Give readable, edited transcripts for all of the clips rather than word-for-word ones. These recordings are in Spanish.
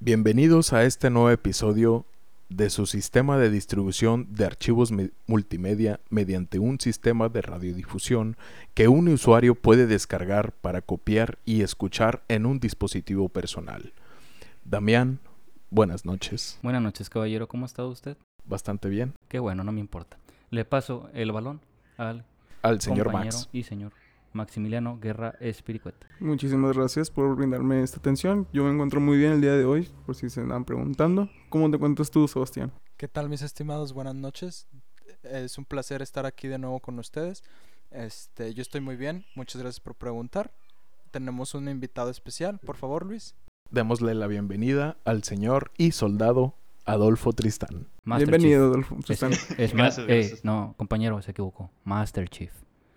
Bienvenidos a este nuevo episodio de su sistema de distribución de archivos multimedia mediante un sistema de radiodifusión que un usuario puede descargar para copiar y escuchar en un dispositivo personal. Damián, buenas noches. Buenas noches, caballero. ¿Cómo ha estado usted? Bastante bien. Qué bueno, no me importa. Le paso el balón al señor compañero Max. y señor Maximiliano Guerra Espiricueta. Muchísimas gracias por brindarme esta atención. Yo me encuentro muy bien el día de hoy, por si se andan preguntando. ¿Cómo te encuentras tú, Sebastián? ¿Qué tal, mis estimados? Buenas noches. Es un placer estar aquí de nuevo con ustedes. Yo estoy muy bien. Muchas gracias por preguntar. Tenemos un invitado especial. Por favor, Luis. Démosle la bienvenida al señor y soldado Adolfo Tristán. Master Bienvenido, Chief. Adolfo. Tristán. Gracias. No, compañero, se equivocó. Master Chief.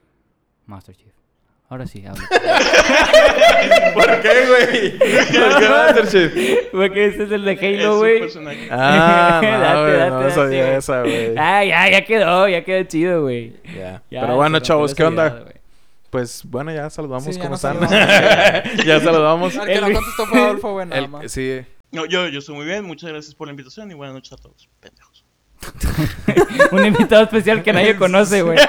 Ahora sí, habla. ¿Por qué, güey? ¿Por qué Master Chief? Porque este es el de Halo, güey. Ah, no, güey, no date, sabía güey. esa, güey. Ah, ya quedó chido, güey. Ya. Ya, Pero bueno, se chavos, rompió ¿qué la onda? seriedad, güey. Pues bueno, ya saludamos. Sí, ya ¿Cómo nos están? saludamos. Ya saludamos. El que no contestó fue Adolfo, güey, nada más. Sí. No, yo estoy muy bien, muchas gracias por la invitación y buenas noches a todos, pendejos. Un invitado especial que nadie conoce, güey.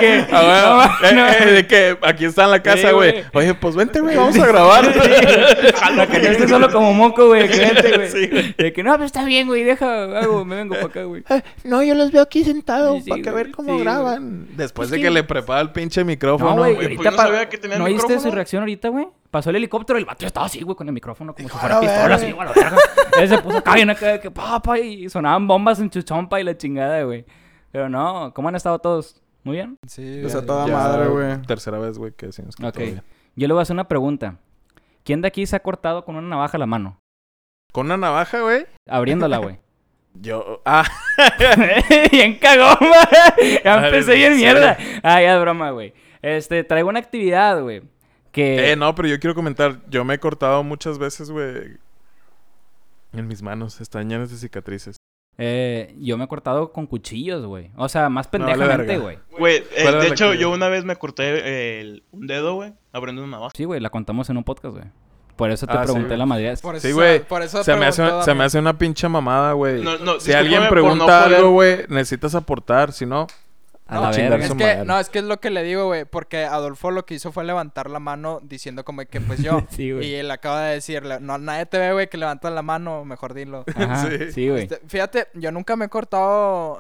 De que aquí está en la casa, Sí, güey. güey. Oye, pues vente, güey, vamos a grabar. Para que no esté solo como moco, güey, que vente, güey. Sí, güey. De que no, pues está bien, güey, me vengo para acá, güey. No, yo los veo aquí sentados Sí, para que güey, ver cómo sí, graban. Después Es de que- que le prepara el pinche micrófono. No, güey, Güey, ahorita pues yo no sabía que tenía ¿No viste micrófono? su reacción ahorita, güey? Pasó el helicóptero, el vato estaba así, güey, con el micrófono como si Dijo, fuera "A la pistola, verga". así, güey, a la verga. Él se puso acá bien acá de que papá y sonaban bombas en su chompa y la chingada, güey. Pero no, ¿cómo han estado todos? ¿Muy bien? Sí, Pues a ya- toda Ya, madre, güey. Tercera vez, güey, que decimos que Ok. todo bien. Yo le voy a hacer una pregunta. ¿Quién de aquí se ha cortado con una navaja la mano? ¿Con una navaja, güey? Abriéndola, güey. Yo... Bien cagón, güey. Ya Vale, empecé bien sí. mierda. Ah, ya es broma, güey. Traigo una actividad, güey. Que... No, pero yo quiero comentar. Yo me he cortado muchas veces, güey. En mis manos. Están llenas de cicatrices. Yo me he cortado con cuchillos, güey. O sea, más No, vale pendejamente, verga. güey. Güey, ¿Cuál era de la hecho, actividad? yo una vez me corté un dedo, güey, abriendo una navaja. Sí, güey, la contamos en un podcast, güey. Por eso te Ah, sí, pregunté güey. la madre. Por eso, Sí, güey. Por eso Se me hace preguntó Damián. una pinche mamada, güey. No, Si discúlpame alguien por pregunta no poder- algo, güey, necesitas aportar. Si no, A la chingar verga. su Es que, madre. no, es que es lo que le digo, güey, porque Adolfo lo que hizo fue levantar la mano diciendo como que pues yo. Sí, güey. Y él acaba de decirle, no, nadie te ve, güey, que levantas la mano, mejor dilo. Ajá, Sí. sí, güey. Fíjate, yo nunca me he cortado,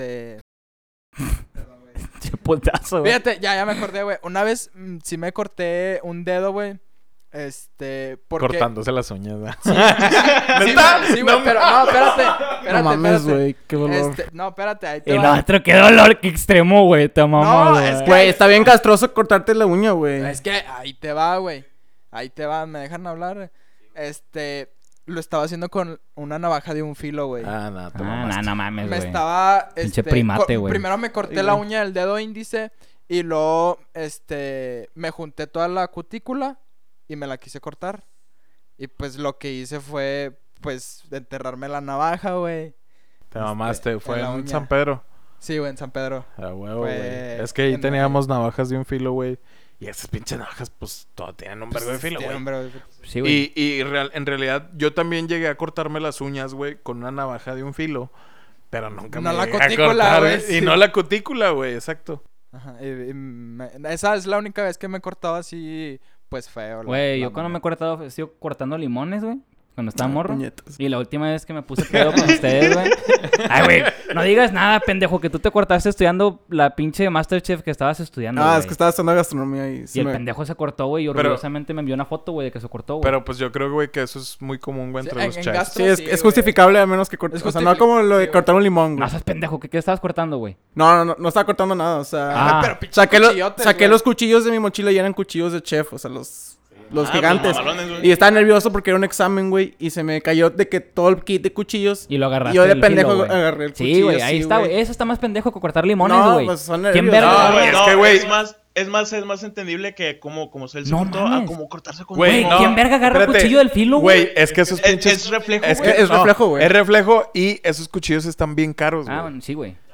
Che putazo, güey. Fíjate, ya me acordé, güey. Una vez sí me corté un dedo, güey. Porque... cortándose las uñas, ¿verdad? Sí, güey, pero no, espérate. No mames, espérate. güey. Qué dolor. No, espérate, ahí te El va. otro, qué dolor, qué extremo, güey. Te mamó, No, güey. es que- Güey, está bien castroso cortarte la uña, güey. Es que ahí te va, güey. Ahí te va, ¿me dejan hablar? Lo estaba haciendo con una navaja de un filo, güey. Ah, no, te Ah, mamaste. no mames, Me güey. estaba, Pinche primate, güey. primero me corté Sí, la güey. uña del dedo índice y luego, me junté toda la cutícula y me la quise cortar. Y pues lo que hice fue, pues, enterrarme la navaja, güey. Te mamaste. Fue en la en uña. San Pedro. Sí, güey, en San Pedro. Ah, huevo, Fue güey. Es que ahí en- teníamos navajas de un filo, güey. Y esas pinches navajas, pues, todas tienen un vergo de filo, Tiene güey. un vergo de- Sí, güey. En realidad, yo tambiy llegué a cortarme las uñas, güey, con una navaja de un filo. Pero nunca No me la llegué a cutícula, cortar, güey, Y sí. no la cutícula, güey, exacto. Ajá, esa es la única vez que me he cortado así, pues, feo. Güey, yo cuando me he cortado, he sido cortando limones, güey. Cuando estaba morro. Puñetas. Y la última vez que me puse pedo con ustedes, güey. Ay, güey, no digas nada, pendejo, que tú te cortaste estudiando la pinche Masterchef que estabas estudiando, Ah, güey. es que estaba estudiando gastronomía y... Y el pendejo se cortó, güey, y Pero- orgullosamente me envió una foto, güey, de que se cortó, güey. Pero pues yo creo, güey, que eso es muy común, güey, Sí, entre los en chefs. gastro- Sí, es güey. justificable a menos que cortes. Es O sea, no como lo de sí, cortar un limón, No güey. seas pendejo, ¿qué estabas cortando, güey? No estaba cortando nada, o sea... Ah. Pero pinches Saqué cuchillotes, güey. los cuchillos de mi mochila y eran cuchillos de chef, o sea, los gigantes. pues, mamalones, güey. Y estaba nervioso porque era un examen, güey, y se me cayó de que todo el kit de cuchillos. Y lo agarraste Y yo de del pendejo filo, güey. agarré el Sí, cuchillo güey, ahí así, está, güey. güey. Eso está más pendejo que cortar limones, No, güey. pues son ¿Quién nervios. verga? No, güey, es no, que, güey- es más entendible que como sea el No segundo a mames. como cortarse con Güey, Güey, un no, ¿quién verga agarra el espérate. cuchillo del filo, güey? Güey, es que esos pinches... Es reflejo, Es, güey. que, Es reflejo, güey. Es reflejo y esos cuchillos están bien caros, güey. Ah, bueno, sí, güey.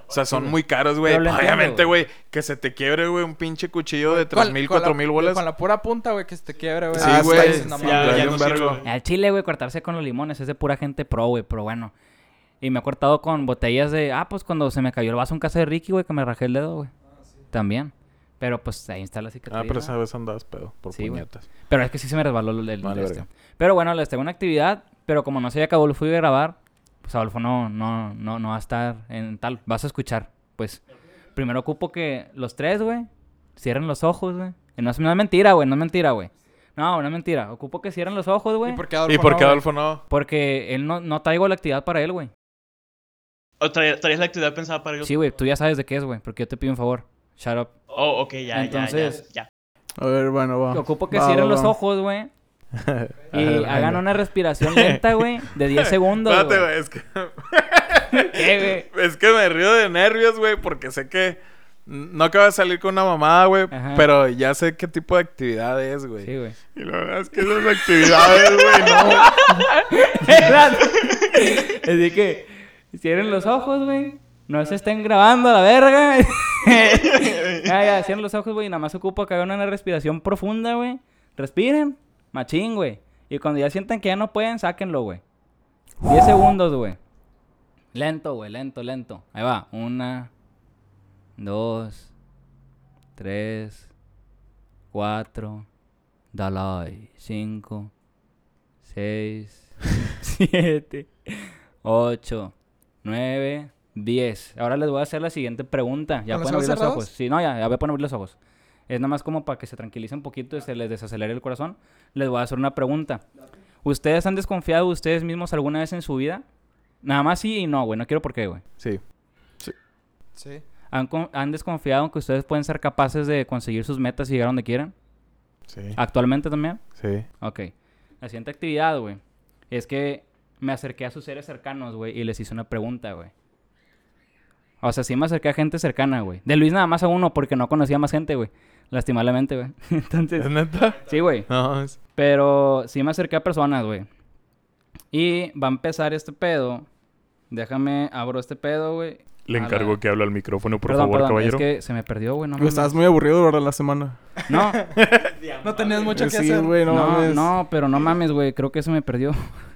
O sea, son güey. muy caros, güey. Pero lo entiendo, Obviamente, güey, que se te quiebre, güey, un pinche cuchillo de 3,000, 4,000 bolas. Con la pura punta, güey, que se te quiebre, güey. Sí, Ah, güey. está diciendo, Sí, mamá. ya ya un no sirve, vergo. güey. Al chile, güey, cortarse con los limones es de pura gente pro, güey, pero bueno. Y me he cortado con botellas de... pues cuando se me cayó el vaso en casa de Ricky, güey, que me rajé el dedo, güey. También. Pero pues ahí está la cicatriz. Pero ¿no? esa vez andabas pedo por Sí, güey. puñetas. Pero es que sí se me resbaló el Vale, este. verga. Pero bueno, les tengo una actividad, pero como no sé ya que Adolfo iba a grabar, pues Adolfo no va a estar en tal. Vas a escuchar, pues. Primero ocupo que los tres, güey, cierren los ojos, güey. Y no es mentira, güey, no es mentira, güey. No es mentira. Ocupo que cierren los ojos, güey. ¿Y por qué Adolfo ¿Y por qué no, güey? Adolfo no? Porque él no traigo la actividad para él, güey. ¿O traías la actividad pensada para ellos? Sí, güey, tú ya sabes de qué es, güey, porque yo te pido un favor. Shut up. Oh, ok, ya. Entonces- A ver, bueno, va. Ocupo que Va, cierren va, los va. ojos, güey. Y hagan una respiración lenta, güey, de 10 segundos, Espérate, güey. güey, es que... ¿Qué, güey? Es que me río de nervios, güey, porque sé que... No acaba de salir con una mamada, güey, Ajá. pero ya sé qué tipo de actividad es, güey. Sí, güey. Y la verdad es que esas actividades, güey, no... Así que cierren los ojos, güey. No se estén grabando a la verga. ya, cierren los ojos, güey. Nada más ocupo que hagan una respiración profunda, güey. Respiren, machín, güey. Y cuando ya sientan que ya no pueden, sáquenlo, güey. 10 segundos, güey. Lento, güey, lento. Ahí va. 1, 2, 3, 4, dale, 5, 6, 7, 8, 9, 10. Ahora les voy a hacer la siguiente pregunta. Ya ¿Con los pueden abrir ojos los cerrados? ojos. Sí, no, ya voy a poner abrir los ojos. Es nada más como para que se tranquilicen un poquito y se les desacelere el corazón. Les voy a hacer una pregunta. ¿Ustedes han desconfiado de ustedes mismos alguna vez en su vida? Nada más sí y no, güey. No quiero por qué, güey. Sí. Sí. ¿Han desconfiado en que ustedes pueden ser capaces de conseguir sus metas y llegar donde quieran? Sí. ¿Actualmente también? Sí. Ok. La siguiente actividad, güey, es que me acerqué a sus seres cercanos, güey, y les hice una pregunta, güey. O sea, sí me acerqué a gente cercana, güey. De Luis nada más a uno porque no conocía más gente, güey. Lastimablemente, güey. Entonces, ¿Es neta? sí, güey. No, es... Pero sí me acerqué a personas, güey. Y va a empezar este pedo. Déjame, abro este pedo, güey. Le A encargo la- que hable al micrófono, por Perdón, favor, caballero. es que se me perdió, güey. No, Güey, estabas muy aburrido, ¿verdad? La semana. no, No tenías mucho que Sí, hacer. güey, no, no, mames. no, pero no mames, güey. Creo que se me perdió.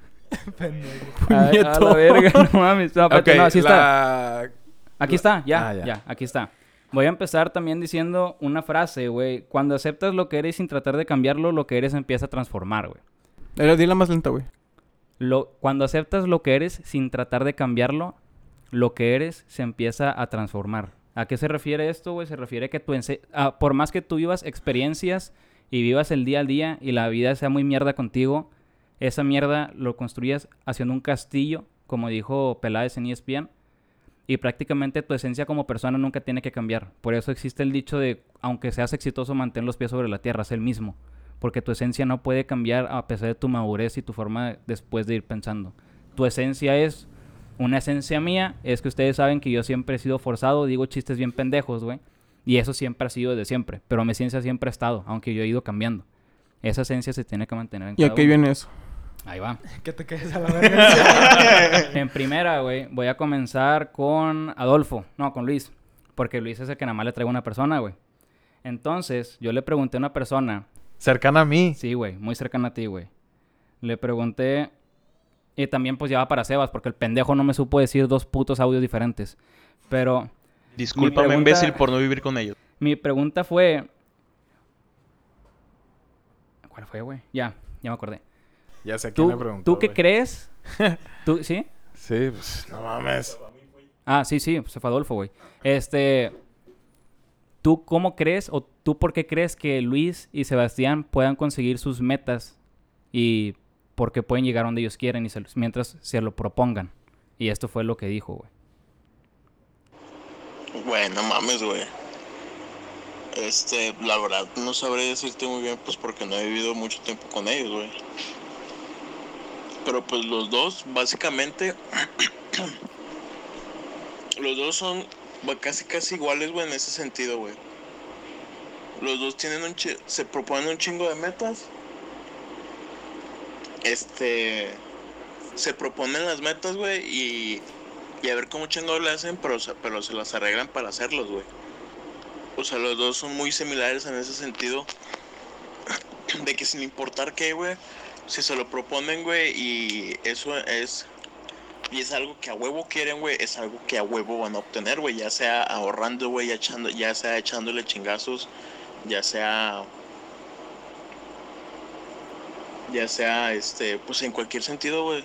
A Puñeto. la verga, no mames. No, espérate, Ok, no, así está. la... Aquí está, ya, Ah, ya. ya, aquí está. Voy a empezar también diciendo una frase, güey. Cuando aceptas lo que eres sin tratar de cambiarlo, lo que eres empieza a transformar, güey. Dila más lenta, güey. Cuando aceptas lo que eres sin tratar de cambiarlo, lo que eres se empieza a transformar. ¿A qué se refiere esto, güey? Se refiere que por más que tú vivas experiencias y vivas el día al día y la vida sea muy mierda contigo, esa mierda lo construyas haciendo un castillo, como dijo Peláez en ESPN, y prácticamente tu esencia como persona nunca tiene que cambiar. Por eso existe el dicho de, aunque seas exitoso, mantén los pies sobre la tierra, es el mismo. Porque tu esencia no puede cambiar a pesar de tu madurez y tu forma después de ir pensando. Tu esencia es... Una esencia mía es que ustedes saben que yo siempre he sido forzado, digo chistes bien pendejos, güey. Y eso siempre ha sido desde siempre. Pero mi esencia siempre ha estado, aunque yo he ido cambiando. Esa esencia se tiene que mantener en ¿Y a cada qué uno. viene eso? Ahí va. Que te quedes a la verga. En primera, güey, voy a comenzar con Adolfo. No, con Luis. Porque Luis es el que nada más le traigo a una persona, güey. Entonces, yo le pregunté a una persona... Cercana a mí. Sí, güey, muy cercana a ti, güey. Le pregunté... Y también pues ya va para Sebas, porque el pendejo no me supo decir 2 putos audios diferentes. Pero Discúlpame, pregunta- imbécil, por no vivir con ellos. mi pregunta fue... ¿Cuál fue, güey? Ya me acordé. Ya sé a quién le preguntó, ¿Tú qué güey. crees? ¿Tú, sí? Sí, pues, no mames. Ah, sí, se fue Adolfo, güey. ¿Tú cómo crees o tú por qué crees que Luis y Sebastián puedan conseguir sus metas y por qué pueden llegar donde ellos quieren mientras se lo propongan? Y esto fue lo que dijo, güey. Güey, no mames, güey. La verdad no sabré decirte muy bien, pues porque no he vivido mucho tiempo con ellos, güey. Pero pues los dos, básicamente, los dos son casi iguales, güey, en ese sentido, güey. Los dos tienen se proponen un chingo de metas. Se proponen las metas, güey, y y a ver cómo chingados le hacen, pero se las arreglan para hacerlos, güey. O sea, los dos son muy similares en ese sentido, de que sin importar qué, güey, si se lo proponen, güey, y eso es... Y es algo que a huevo quieren, güey, es algo que a huevo van a obtener, güey, ya sea ahorrando, güey, ya sea echándole chingazos, ya sea, pues en cualquier sentido, güey.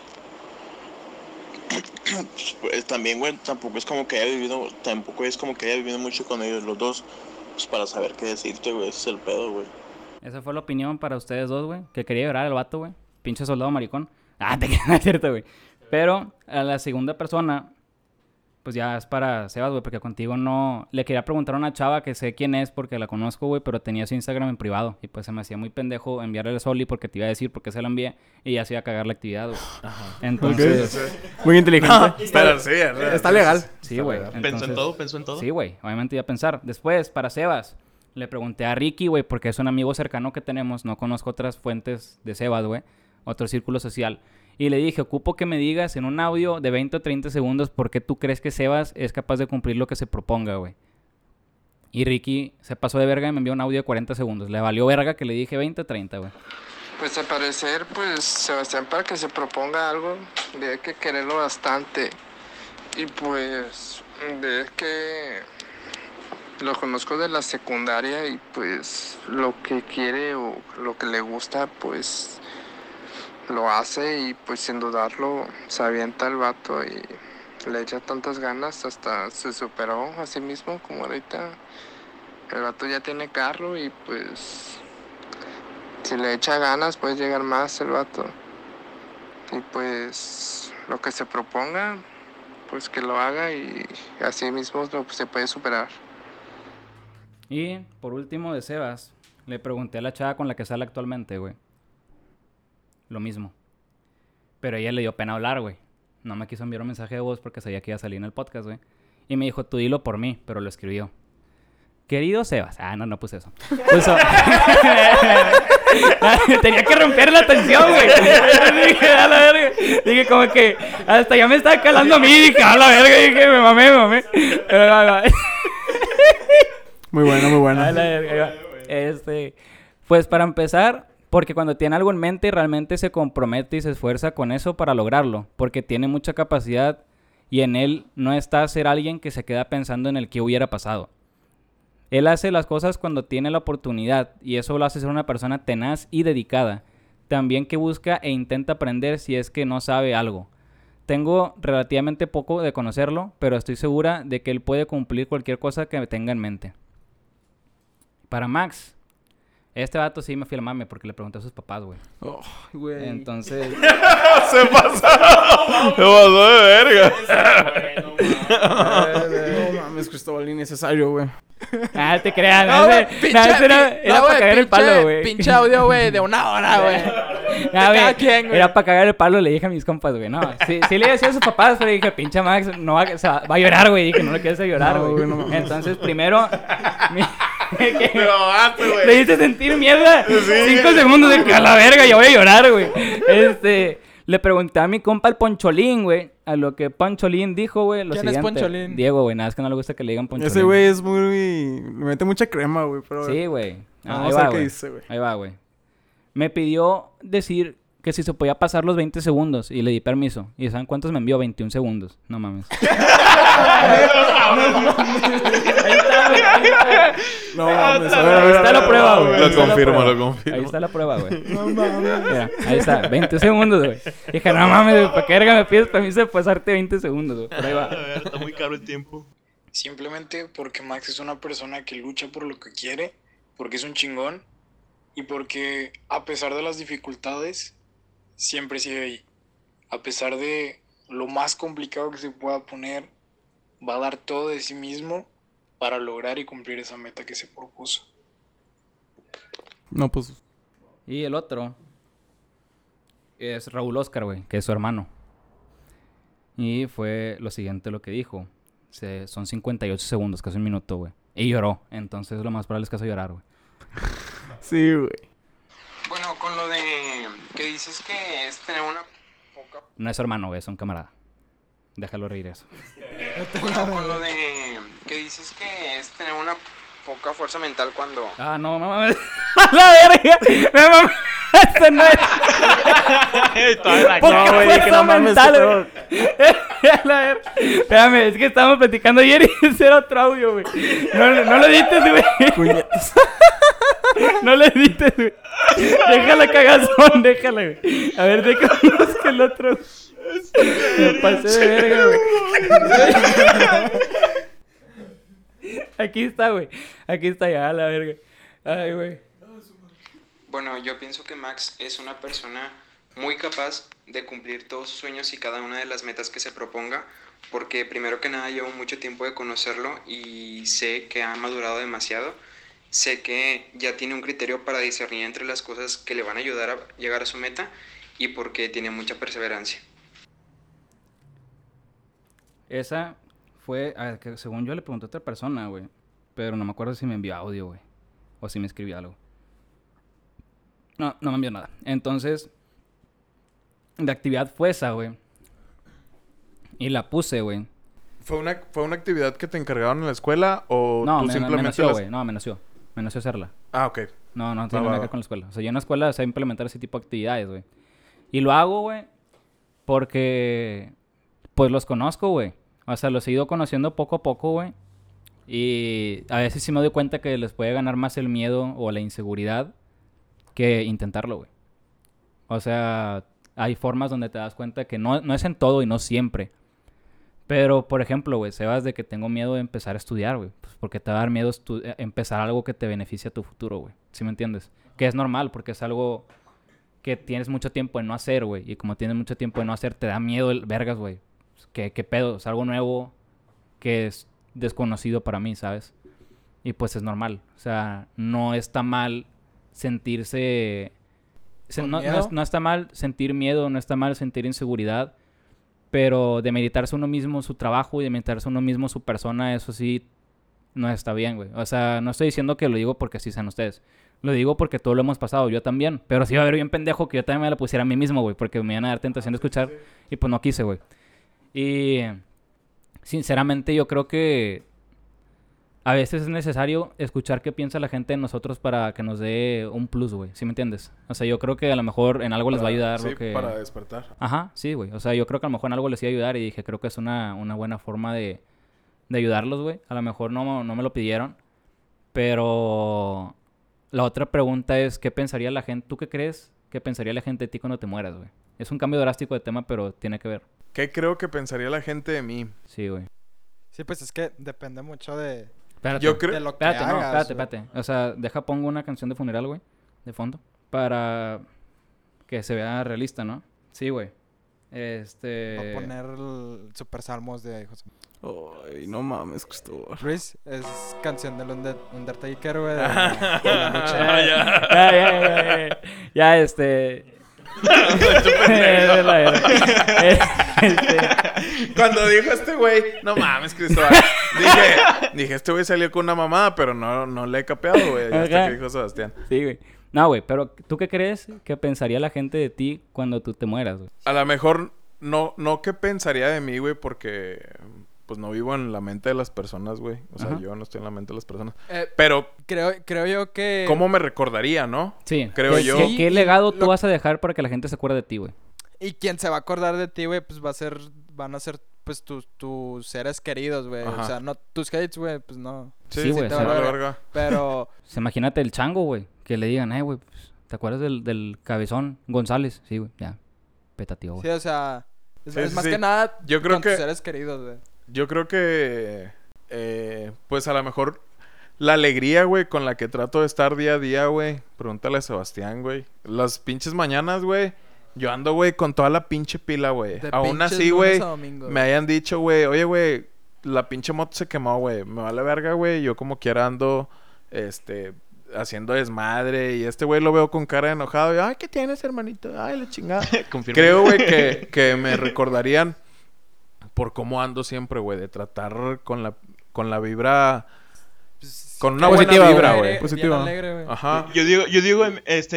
Pues, también, güey, tampoco es como que haya vivido mucho con ellos los dos, pues para saber qué decirte, güey, ese es el pedo, güey. Esa fue la opinión para ustedes dos, güey. Que quería llorar el vato, güey. Pinche soldado maricón. Ah, te queda cierto, güey. Pero a la segunda persona, pues ya es para Sebas, güey, porque contigo no... Le quería preguntar a una chava que sé quién es porque la conozco, güey, pero tenía su Instagram en privado. Y pues se me hacía muy pendejo enviarle el Soli porque te iba a decir por qué se lo envié y ya se iba a cagar la actividad, güey. Entonces... Muy inteligente. Pero sí, Está legal. Sí, güey. Pensó en todo, pensó en todo. Sí, güey. Obviamente iba a pensar. Después, para Sebas, le pregunté a Ricky, güey, porque es un amigo cercano que tenemos. No conozco otras fuentes de Sebas, güey. Otro círculo social. Y le dije, ocupo que me digas en un audio de 20 o 30 segundos por qué tú crees que Sebas es capaz de cumplir lo que se proponga, güey. Y Ricky se pasó de verga y me envió un audio de 40 segundos. Le valió verga que le dije 20 o 30, güey. Pues al parecer, pues Sebastián, para que se proponga algo, debe que quererlo bastante. Y pues, debe que lo conozco de la secundaria y pues lo que quiere o lo que le gusta, pues lo hace y pues sin dudarlo se avienta el vato y le echa tantas ganas, hasta se superó a sí mismo, como ahorita el vato ya tiene carro y pues si le echa ganas puede llegar más el vato. Y pues lo que se proponga, pues que lo haga y así mismo se puede superar. Y por último de Sebas, le pregunté a la chava con la que sale actualmente, güey. Lo mismo. Pero ella le dio pena hablar, güey. No me quiso enviar un mensaje de voz porque sabía que iba a salir en el podcast, güey. Y me dijo, tú dilo por mí, pero lo escribió. Querido Sebas. Ah, no puse eso. Puso... Tenía que romper la tensión, güey. Dije, a la verga. Dije, como que hasta ya me estaba calando a mí. Dije, a la verga. Dije, me mamé. Muy buena. A la verga. Pues para empezar... Porque cuando tiene algo en mente, realmente se compromete y se esfuerza con eso para lograrlo. Porque tiene mucha capacidad y en él no está ser alguien que se queda pensando en el que hubiera pasado. Él hace las cosas cuando tiene la oportunidad y eso lo hace ser una persona tenaz y dedicada. También que busca e intenta aprender si es que no sabe algo. Tengo relativamente poco de conocerlo, pero estoy segura de que él puede cumplir cualquier cosa que tenga en mente. Para Max... Este vato sí me fui al mame porque le pregunté a sus papás, güey. Oh, güey. Entonces... Se pasó de verga. No mames, Cristóbal, innecesario, güey. Ah, te creas. No, güey, Era para cagar el palo, güey. Pinche audio, güey, de 1 hora, güey. Cada quien, güey. Era para cagar el palo, le dije a mis compas, güey. No, sí le decía a sus papás, pero dije, pinche Max, no va a llorar, güey. Dije, no le quieres llorar, güey. No, entonces, primero... güey. Le hice sentir mierda. 5 segundos de que a la verga, yo voy a llorar, güey. Le pregunté a mi compa el Poncholín, güey. A lo que Poncholín dijo, güey. ¿Quién es Poncholín? Diego, güey. Nada, es que no le gusta que le digan Poncholín. Ese güey es muy... Le mete mucha crema, güey. Pero... Sí, güey. Vamos a ver qué dice, güey. Ahí va, güey. Me pidió decir que si se podía pasar los 20 segundos. Y le di permiso. ¿Y saben cuántos me envió? 21 segundos. No mames. No mames. Ahí está la prueba, güey. Lo confirmo. Ahí está la prueba, güey. No mames. Mira, ahí está. 20 segundos, güey. Dije, no mames, güey. ¿Para qué verga me pides permiso de pasarte 20 segundos, güey? Por ahí va. A ver, está muy caro el tiempo. Simplemente porque Max es una persona que lucha por lo que quiere, porque es un chingón y porque a pesar de las dificultades, siempre sigue ahí. A pesar de lo más complicado que se pueda poner, va a dar todo de sí mismo para lograr y cumplir esa meta que se propuso. No, pues... Y el otro es Raúl Oscar, güey, que es su hermano. Y fue lo siguiente lo que dijo. Son 58 segundos, casi un minuto, güey. Y lloró. Entonces lo más probable es que hace llorar, güey. Sí, güey. Bueno, con lo de que dices que es tener una poca... No es su hermano, güey, es un camarada. Déjalo reír eso. Bueno, con lo de que dices que es tener una poca fuerza mental cuando... Ah, no, mamá. ¡La verga! ¡Me mamá! Esto no es... No, güey, que no mames. La verga. Espérame, es que estábamos platicando ayer y ese era otro audio, güey. No lo edites, güey. No le edites, güey. Déjala cagazón, déjala, güey. A ver, déjanos que el otro... Me pasé de verga, güey. Aquí está, güey. Aquí está ya, la verga. Ay, güey. Bueno, yo pienso que Max es una persona muy capaz de cumplir todos sus sueños y cada una de las metas que se proponga, porque primero que nada llevo mucho tiempo de conocerlo y sé que ha madurado demasiado. Sé que ya tiene un criterio para discernir entre las cosas que le van a ayudar a llegar a su meta y porque tiene mucha perseverancia. Esa fue, que según yo le pregunté a otra persona, güey. Pero no me acuerdo si me envió audio, güey. O si me escribió algo. No me envió nada. Entonces, la actividad fue esa, güey. Y la puse, güey. ¿Fue una actividad que te encargaron en la escuela o No, tú me simplemente nació, güey. No, me nació. Me nació hacerla. Ah, ok. No tiene nada que ver con la escuela. O sea, yo en la escuela sé implementar ese tipo de actividades, güey. Y lo hago, güey, porque... Pues los conozco, güey. O sea, los he ido conociendo poco a poco, güey. Y a veces sí me doy cuenta que les puede ganar más el miedo o la inseguridad que intentarlo, güey. O sea, hay formas donde te das cuenta que no es en todo y no siempre. Pero, por ejemplo, güey, Sebas, de que tengo miedo de empezar a estudiar, güey. Pues porque te va a dar miedo empezar algo que te beneficie a tu futuro, güey. ¿Sí me entiendes? Que es normal porque es algo que tienes mucho tiempo en no hacer, güey. Y como tienes mucho tiempo en no hacer, te da miedo el vergas, güey. ¿Qué pedo? Es algo nuevo que es desconocido para mí, ¿sabes? Y pues es normal. O sea, no está mal sentirse... No está mal sentir miedo, no está mal sentir inseguridad. Pero demeritarse uno mismo su trabajo y demeritarse uno mismo su persona, eso sí no está bien, güey. O sea, no estoy diciendo que lo digo porque así sean ustedes. Lo digo porque todos lo hemos pasado, yo también. Pero sí va a haber bien pendejo que yo también me la pusiera a mí mismo, güey. Porque me iban a dar tentación de escuchar y pues no quise, güey. Y sinceramente yo creo que a veces es necesario escuchar qué piensa la gente de nosotros para que nos dé un plus, güey. ¿Sí me entiendes? O sea, yo creo que a lo mejor en algo les va a ayudar sí, lo que... para despertar. Ajá, sí, güey. O sea, yo creo que a lo mejor en algo les iba a ayudar y dije, creo que es una buena forma de ayudarlos, güey. A lo mejor no me lo pidieron, pero la otra pregunta es, ¿qué pensaría la gente? ¿Tú qué crees que pensaría la gente de ti cuando te mueras, güey? Es un cambio drástico de tema, pero tiene que ver. ¿Qué creo que pensaría la gente de mí? Sí, güey. Sí, pues es que depende mucho de... Espérate. Yo creo... de lo que Espérate, no, hagas, espérate. O sea, pongo una canción de funeral, güey, de fondo, para que se vea realista, ¿no? Sí, güey. Voy a poner el Super Salmos de José. Ay, no mames, Cristóbal. Luis, es canción del Undertaker, güey. Ya, Cuando dijo este güey, no mames, Cristóbal. Dije, este güey salió con una mamada, pero no le he capeado, güey. Hasta que dijo Sebastián. Sí, güey. No, güey, pero ¿tú qué crees que pensaría la gente de ti cuando tú te mueras, güey? A lo mejor no qué pensaría de mí, güey, porque pues no vivo en la mente de las personas, güey. O sea, yo no estoy en la mente de las personas. Pero creo yo que... ¿cómo me recordaría, no? Sí. Creo yo. ¿Qué legado tú vas a dejar para que la gente se acuerde de ti, güey? Y quien se va a acordar de ti, güey, pues van a ser pues tus seres queridos, güey. Ajá. O sea, no tus hates, güey, pues no. Sí, güey, te o va sea, a la valer. verga. Pero Imagínate el chango, güey. Que le digan, güey, pues, ¿te acuerdas del cabezón González? Sí, güey, ya. Petativo, güey. sí, o sea, es Sí, más sí. que nada Yo creo con que- tus seres queridos, güey. Yo creo que... pues a lo mejor... La alegría, güey, con la que trato de estar día a día, güey. Pregúntale a Sebastián, güey. Las pinches mañanas, güey. Yo ando, güey, con toda la pinche pila, güey. De Aún pinches así, lunes güey, a domingo, me hayan dicho, güey, oye, güey, la pinche moto se quemó, güey. Me vale verga, güey. Yo como quiera ando, haciendo desmadre. Y este güey lo veo con cara de enojado. Y, ay, ¿qué tienes, hermanito? Ay, la chingada. Confirmo. Creo, güey, que me recordarían por cómo ando siempre, güey. De tratar con la vibra... Pues, Con una Positiva, buena vibra, güey. güey. Bien Positiva. alegre, güey. Ajá. Yo digo,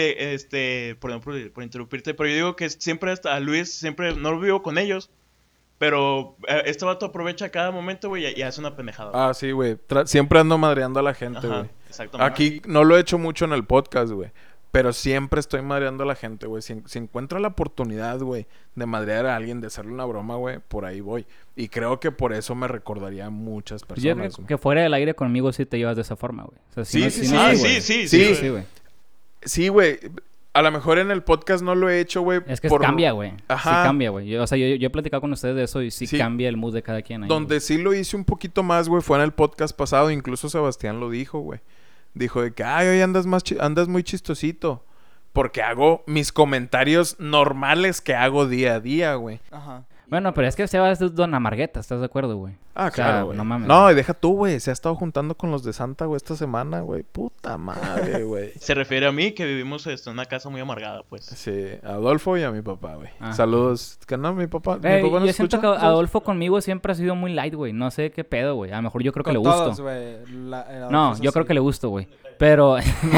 perdón por interrumpirte, pero yo digo que siempre hasta a Luis, siempre no lo vivo con ellos, Pero este vato aprovecha cada momento, güey, y hace una pendejada. Ah, sí, güey. Siempre ando madreando a la gente, Ajá, güey. exactamente. Aquí no lo he hecho mucho en el podcast, güey. Pero siempre estoy madreando a la gente, güey. Si encuentro la oportunidad, güey, de madrear a alguien, de hacerle una broma, güey, por ahí voy. Y creo que por eso me recordaría a muchas Yo personas, creo güey. que fuera del aire conmigo sí te llevas de esa forma, güey. O sea, Sí, no- sí, no- sí. Ah, güey. sí, güey. Sí, güey. A lo mejor en el podcast no lo he hecho, güey. Es que cambia, güey. Sí Ajá. cambia, güey. O sea, yo he platicado con ustedes de eso y sí, Sí. cambia el mood de cada quien. Ahí, Donde güey. sí lo hice un poquito más, güey, fue en el podcast pasado. Incluso Sebastián lo dijo, güey. Dijo de que, ay, hoy andas muy chistosito. Porque hago mis comentarios normales que hago día a día, güey. Ajá. Bueno, pero es que Sebas es Don Amargueta, ¿estás de acuerdo, güey? Ah, O sea, claro, güey. no mames. No, y deja tú, güey. Se ha estado juntando con los de Santa, güey, esta semana, güey. Puta madre, güey. Se refiere a mí, que vivimos en una casa muy amargada, pues. Sí, a Adolfo y a mi papá, güey. Ah. Saludos. Que no, mi papá. Mi Güey, papá no yo siento escucha. que Adolfo conmigo siempre ha sido muy light, güey. No sé qué pedo, güey. A lo mejor yo creo que Con le gusto. todos, güey. No, yo creo que le gusto, güey. Pero...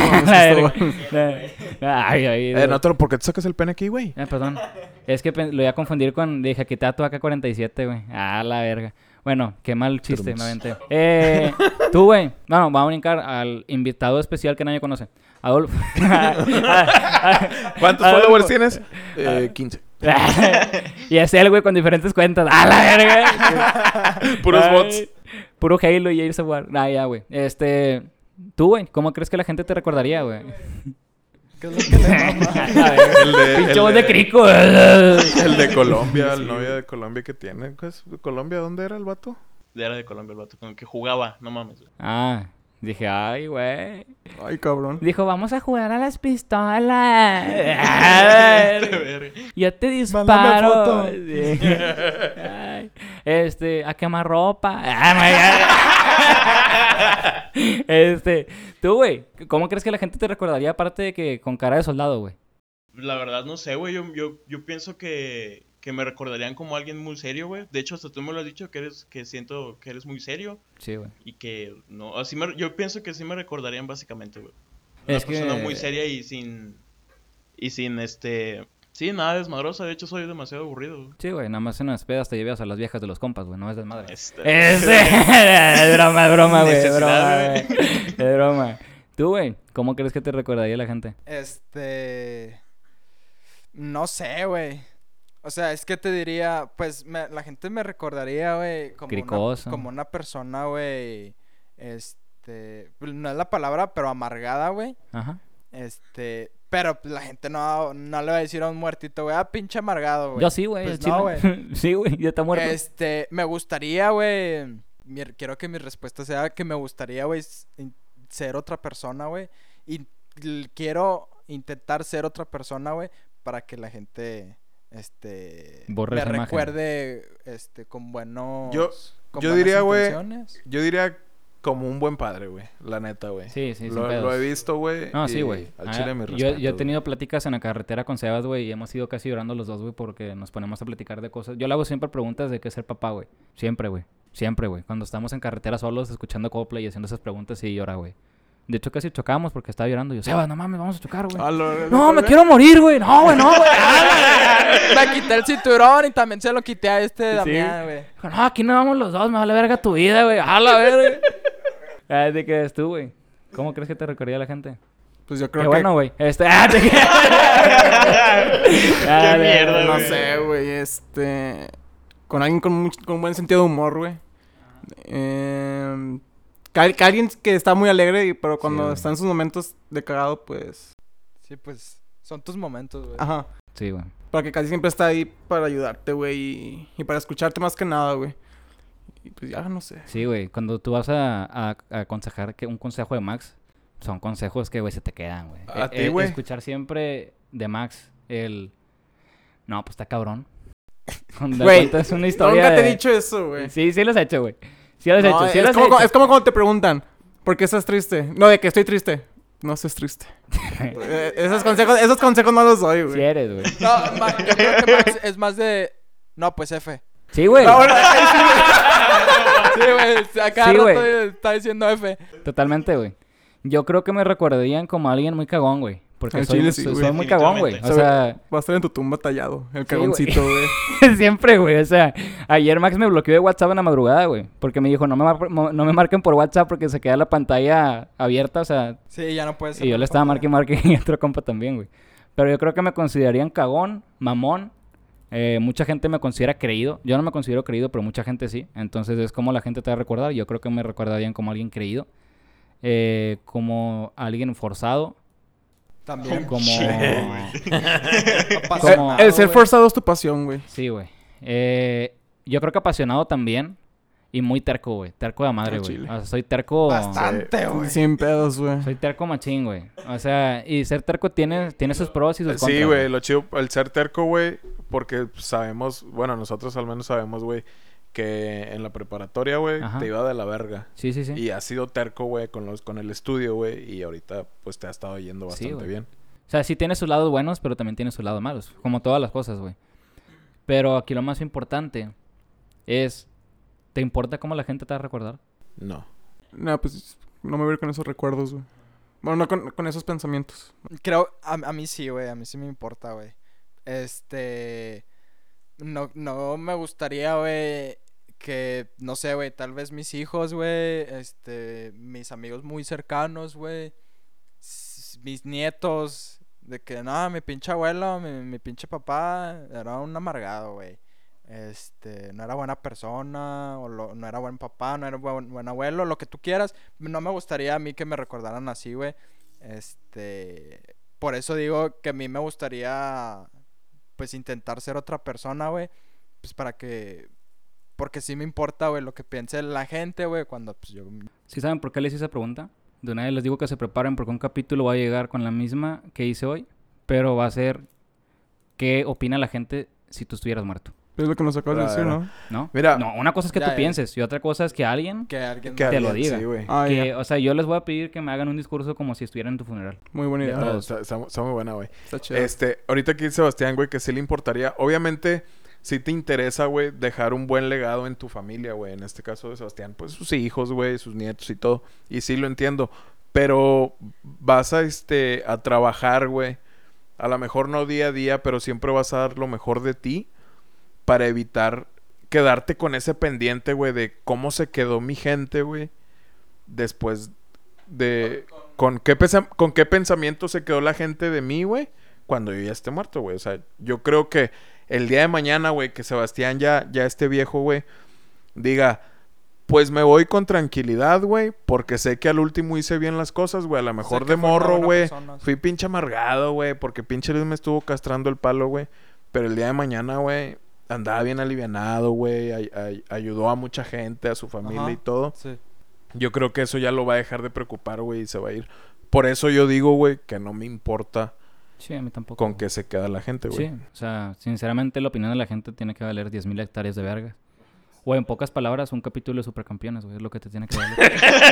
Ay, ay, No, ¿por qué te sacas el pene aquí, güey? perdón. Es que lo iba a confundir con... Dije, quita tu AK-47, güey. Ah, la verga. Bueno, qué mal chiste, me aventé. Tú, güey. Bueno, vamos a brincar al invitado especial que nadie conoce. Adolfo. ¿Cuántos Adolfo. followers tienes? 15. Y es él, güey, con diferentes cuentas. ¡Ah, la verga! Puros Ay, bots. Puro Halo y Gears of War. Ah, ya, güey. Tú, güey, ¿cómo crees que la gente te recordaría, güey? ¿Qué es lo que le mama? Pinche voz de crico. El de Colombia, el novio de Colombia que tiene. ¿Qué es? ¿Colombia? ¿Dónde era el vato? Era de Colombia el vato, con el que jugaba, no mames, güey. Ah, dije, ay, güey. Ay, cabrón. Dijo, vamos a jugar a las pistolas. Ay, Verga. yo te Mándame disparo. foto. Sí. Ay, a quemar ropa. Ah, tú, güey, ¿cómo crees que la gente te recordaría aparte de que con cara de soldado, güey? La verdad no sé, güey. Yo pienso que me recordarían como alguien muy serio, güey. De hecho, hasta tú me lo has dicho, que siento que eres muy serio. Sí, güey. Y que no, yo pienso que sí me recordarían básicamente, güey. Una Es que- persona muy seria y sin sí, nada desmadrosa. De hecho, soy demasiado aburrido, güey. Sí, güey, nada más en las pedas te llevas a las viejas de los compas, güey, no es desmadre. Es broma, güey, es broma, Necesidad, güey. Es broma. Tú, güey, ¿cómo crees que te recordaría la gente? No sé, güey. O sea, es que te diría, pues la gente me recordaría, güey, Cricoso. como una persona, güey, no es la palabra, pero amargada, güey. Ajá. Pero pues, la gente no le va a decir a un muertito, güey, pinche amargado, güey. Yo sí, güey, Pues al chile. no, güey. Sí, güey, ya está muerto. Me gustaría, güey, quiero que mi respuesta sea que me gustaría, güey, ser otra persona, güey. Y quiero intentar ser otra persona, güey, para que la gente, Borre me esa imagen. recuerde, con buenos... Yo buenas diría, güey, intenciones. yo diría como un buen padre, güey. La neta, güey. Sí, sin Lo pedos. he visto, güey. No, y sí, güey. Al chile mis Yo he respetos, tenido pláticas en la carretera con Sebas, güey, y hemos ido casi llorando los dos, güey, porque nos ponemos a platicar de cosas. Yo le hago siempre preguntas de qué es ser papá, güey. Siempre, güey. Siempre, güey. Cuando estamos en carretera solos, escuchando Coldplay y haciendo esas preguntas, sí llora, güey. De hecho, casi chocamos porque estaba llorando. Y yo, Sebas, no mames, vamos a chocar, güey. No, me quiero morir, güey. No, güey, no, güey. Me quité el cinturón y también se lo quité a Damián, güey. Dijo, no, aquí no vamos los dos, me vale verga tu vida, güey. A la verga. ¿De qué eres tú, güey? ¿Cómo crees que te recordaría la gente? Pues yo Qué creo que... bueno, güey. Qué mierda, No güey. sé, güey, con alguien con un buen sentido de humor, güey. Que alguien que está muy alegre, pero cuando güey. está en sus momentos de cagado, pues... Sí, pues, son tus momentos, güey. Ajá. Sí, güey. Porque casi siempre está ahí para ayudarte, güey, y para escucharte más que nada, güey. Y pues ya, no sé. Sí, güey. Cuando tú vas a aconsejar que un consejo de Max, son consejos que, güey, se te quedan, güey. ¿A ti, güey? Escuchar siempre de Max no, pues está cabrón. Cuando Güey, cuentas una historia nunca te he de- dicho eso, güey. Sí, sí lo has hecho, güey. Sí lo has No, hecho, sí es lo has como, hecho. es como cuando te preguntan, ¿por qué estás triste? No, de que estoy triste. No estés triste. Esos consejos no los doy, güey. Sí eres, güey. No, yo creo que Max es más de... No, pues F. Sí, güey. Sí, güey. A cada Sí, rato güey. está diciendo F. Totalmente, güey. Yo creo que me recordarían como alguien muy cagón, güey. Porque Al soy, chile sí, soy güey. muy cagón, güey. O Definitivamente. sea, Va a estar en tu tumba tallado. El Sí, cagoncito, güey. siempre, güey. O sea, ayer Max me bloqueó de WhatsApp en la madrugada, güey. Porque me dijo, no me marquen por WhatsApp porque se queda la pantalla abierta, o sea... Sí, ya no puede ser. Y yo le estaba marque y otro compa también, güey. Pero yo creo que me considerarían cagón, mamón. Mucha gente me considera creído. Yo no me considero creído, pero mucha gente sí. Entonces es como la gente te va a recordar. Yo creo que me recordarían como alguien creído. Como alguien forzado. También. Como... Apasionado, El ser güey. forzado es tu pasión, güey. Sí, güey. Yo creo que apasionado también. Y muy terco, güey. Terco de madre, Al güey. chile. O sea, soy terco... Bastante, güey. Sin pedos, güey. Soy terco machín, güey. O sea, y ser terco tiene sus pros y sus contras. Sí, güey, lo chido, el ser terco, güey, porque sabemos, bueno, nosotros al menos sabemos, güey, que en la preparatoria, güey, Ajá. te iba de la verga. Sí, sí, sí. Y has sido terco, güey, con el estudio, güey, y ahorita, pues, te ha estado yendo Sí, bastante güey. bien. O sea, sí tiene sus lados buenos, pero también tiene sus lados malos. Como todas las cosas, güey. Pero aquí lo más importante es... ¿Te importa cómo la gente te va a recordar? No. No, pues no me voy a ir con esos recuerdos, güey. Bueno, no con esos pensamientos. Creo, a mí sí, güey. A mí sí me importa, güey. No me gustaría, güey, que, no sé, güey, tal vez mis hijos, güey, mis amigos muy cercanos, güey, mis nietos, de que, no, mi pinche abuelo, mi pinche papá era un amargado, güey. No era buena persona, no era buen papá, no era buen abuelo, lo que tú quieras. No me gustaría a mí que me recordaran así, güey. Por eso digo que a mí me gustaría, pues, intentar ser otra persona, güey. Pues porque sí me importa, güey, lo que piense la gente, güey, cuando, pues, yo... ¿Sí saben por qué les hice esa pregunta? De una vez les digo que se preparen porque un capítulo va a llegar con la misma que hice hoy, pero va a ser ¿qué opina la gente si tú estuvieras muerto? Es lo que nos acabas de decir, Claro. ¿no? ¿No? Mira. No, una cosa es que Ya, tú ya. pienses y otra cosa es que alguien... Que alguien... Que te lo alguien- diga. Sí, güey. Ah, que, ya. o sea, yo les voy a pedir que me hagan un discurso como si estuvieran en tu funeral. Muy buena idea. Ah, está muy buena, güey. Está chido. Ahorita aquí Sebastián, güey, que sí le importaría. Obviamente, sí te interesa, güey, dejar un buen legado en tu familia, güey. En este caso de Sebastián, pues sus hijos, güey, sus nietos y todo. Y sí lo entiendo. Pero vas a trabajar, güey. A lo mejor no día a día, pero siempre vas a dar lo mejor de ti para evitar quedarte con ese pendiente, güey, de cómo se quedó mi gente, güey. Después de... ¿Con qué pensamiento se quedó la gente de mí, güey? Cuando yo ya esté muerto, güey. O sea, yo creo que el día de mañana, güey, que Sebastián ya esté viejo, güey, diga, pues me voy con tranquilidad, güey, porque sé que al último hice bien las cosas, güey. A lo mejor que de fue una morro, buena güey, persona, sí. fui pinche amargado, güey, porque pinche Luis me estuvo castrando el palo, güey. Pero el día de mañana, güey, andaba bien alivianado, güey. Ayudó a mucha gente, a su familia Ajá. y todo. Sí. Yo creo que eso ya lo va a dejar de preocupar, güey, y se va a ir. Por eso yo digo, güey, que no me importa Sí, a mí tampoco. con qué se queda la gente, güey. Sí, o sea, sinceramente la opinión de la gente tiene que valer 10,000 hectáreas de verga. O en pocas palabras, un capítulo de Supercampeones, güey, es lo que te tiene que valer.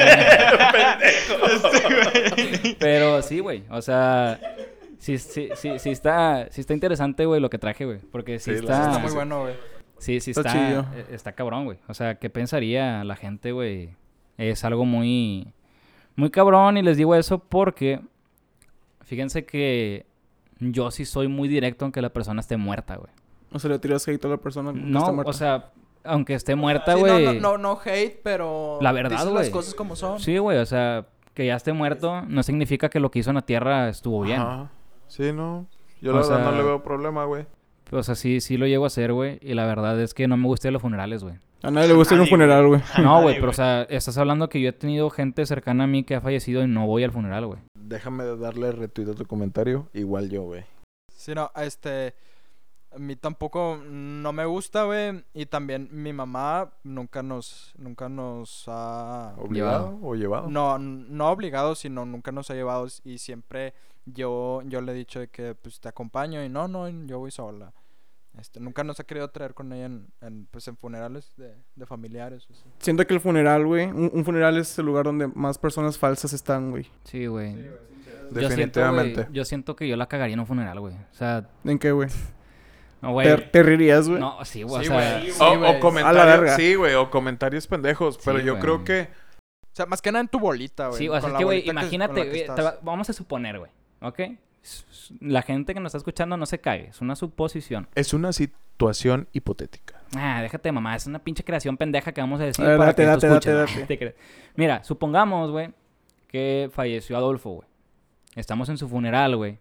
Pero sí, güey, o sea, sí está interesante, güey, lo que traje, güey, porque sí Sí, la está... Está muy bueno, güey. Sí, Está chido. está cabrón, güey. O sea, ¿qué pensaría la gente, güey? Es algo muy, muy cabrón y les digo eso porque fíjense que yo sí soy muy directo aunque la persona esté muerta, güey. O sea, le tiras hate a la persona que está No, muerta. o sea, aunque esté muerta, Sí, güey. no hate, pero... La verdad, dices güey. las cosas como son. Sí, güey, o sea, que ya esté muerto no significa que lo que hizo en la tierra estuvo bien. Ajá. Sí, no. Yo O la verdad sea- no le veo problema, güey. O sea, sí lo llego a hacer, güey. Y la verdad es que no me gustan los funerales, güey. A nadie le gusta ir a un Nadie, funeral, güey. No, güey, pero o sea, estás hablando que yo he tenido gente cercana a mí que ha fallecido y no voy al funeral, güey. Déjame darle retweet a tu comentario. Igual yo, güey. Sí, no, a mí tampoco no me gusta, güey. Y también mi mamá nunca nos ha... ¿Obligado o llevado? No obligado, sino nunca nos ha llevado. Y siempre yo le he dicho de que, pues, te acompaño. Y no, yo voy sola. Nunca nos ha querido traer con ella en funerales de familiares. O así. Siento que el funeral, güey, un funeral es el lugar donde más personas falsas están, güey. Sí, güey. Definitivamente. Yo siento que yo la cagaría en un funeral, güey. O sea, ¿En qué, güey? no, güey. ¿Te rirías, güey? No, sí, güey. Sí, o sea, güey. O A la verga. comentarios, sí, güey, o comentarios pendejos. Pero Sí, yo güey. creo que... O sea, más que nada en tu bolita, güey. sí, o sea, con es la que, güey, bolita con imagínate, la que güey, estás. vamos a suponer, güey, ¿ok? La gente que nos está escuchando no se cague. Es una suposición. Es una situación hipotética. Déjate, mamá. Es una pinche creación pendeja que vamos a decir A ver, para date, que tú date, escuches. date. Te creas. Mira, supongamos, güey, que falleció Adolfo, güey. Estamos en su funeral, güey.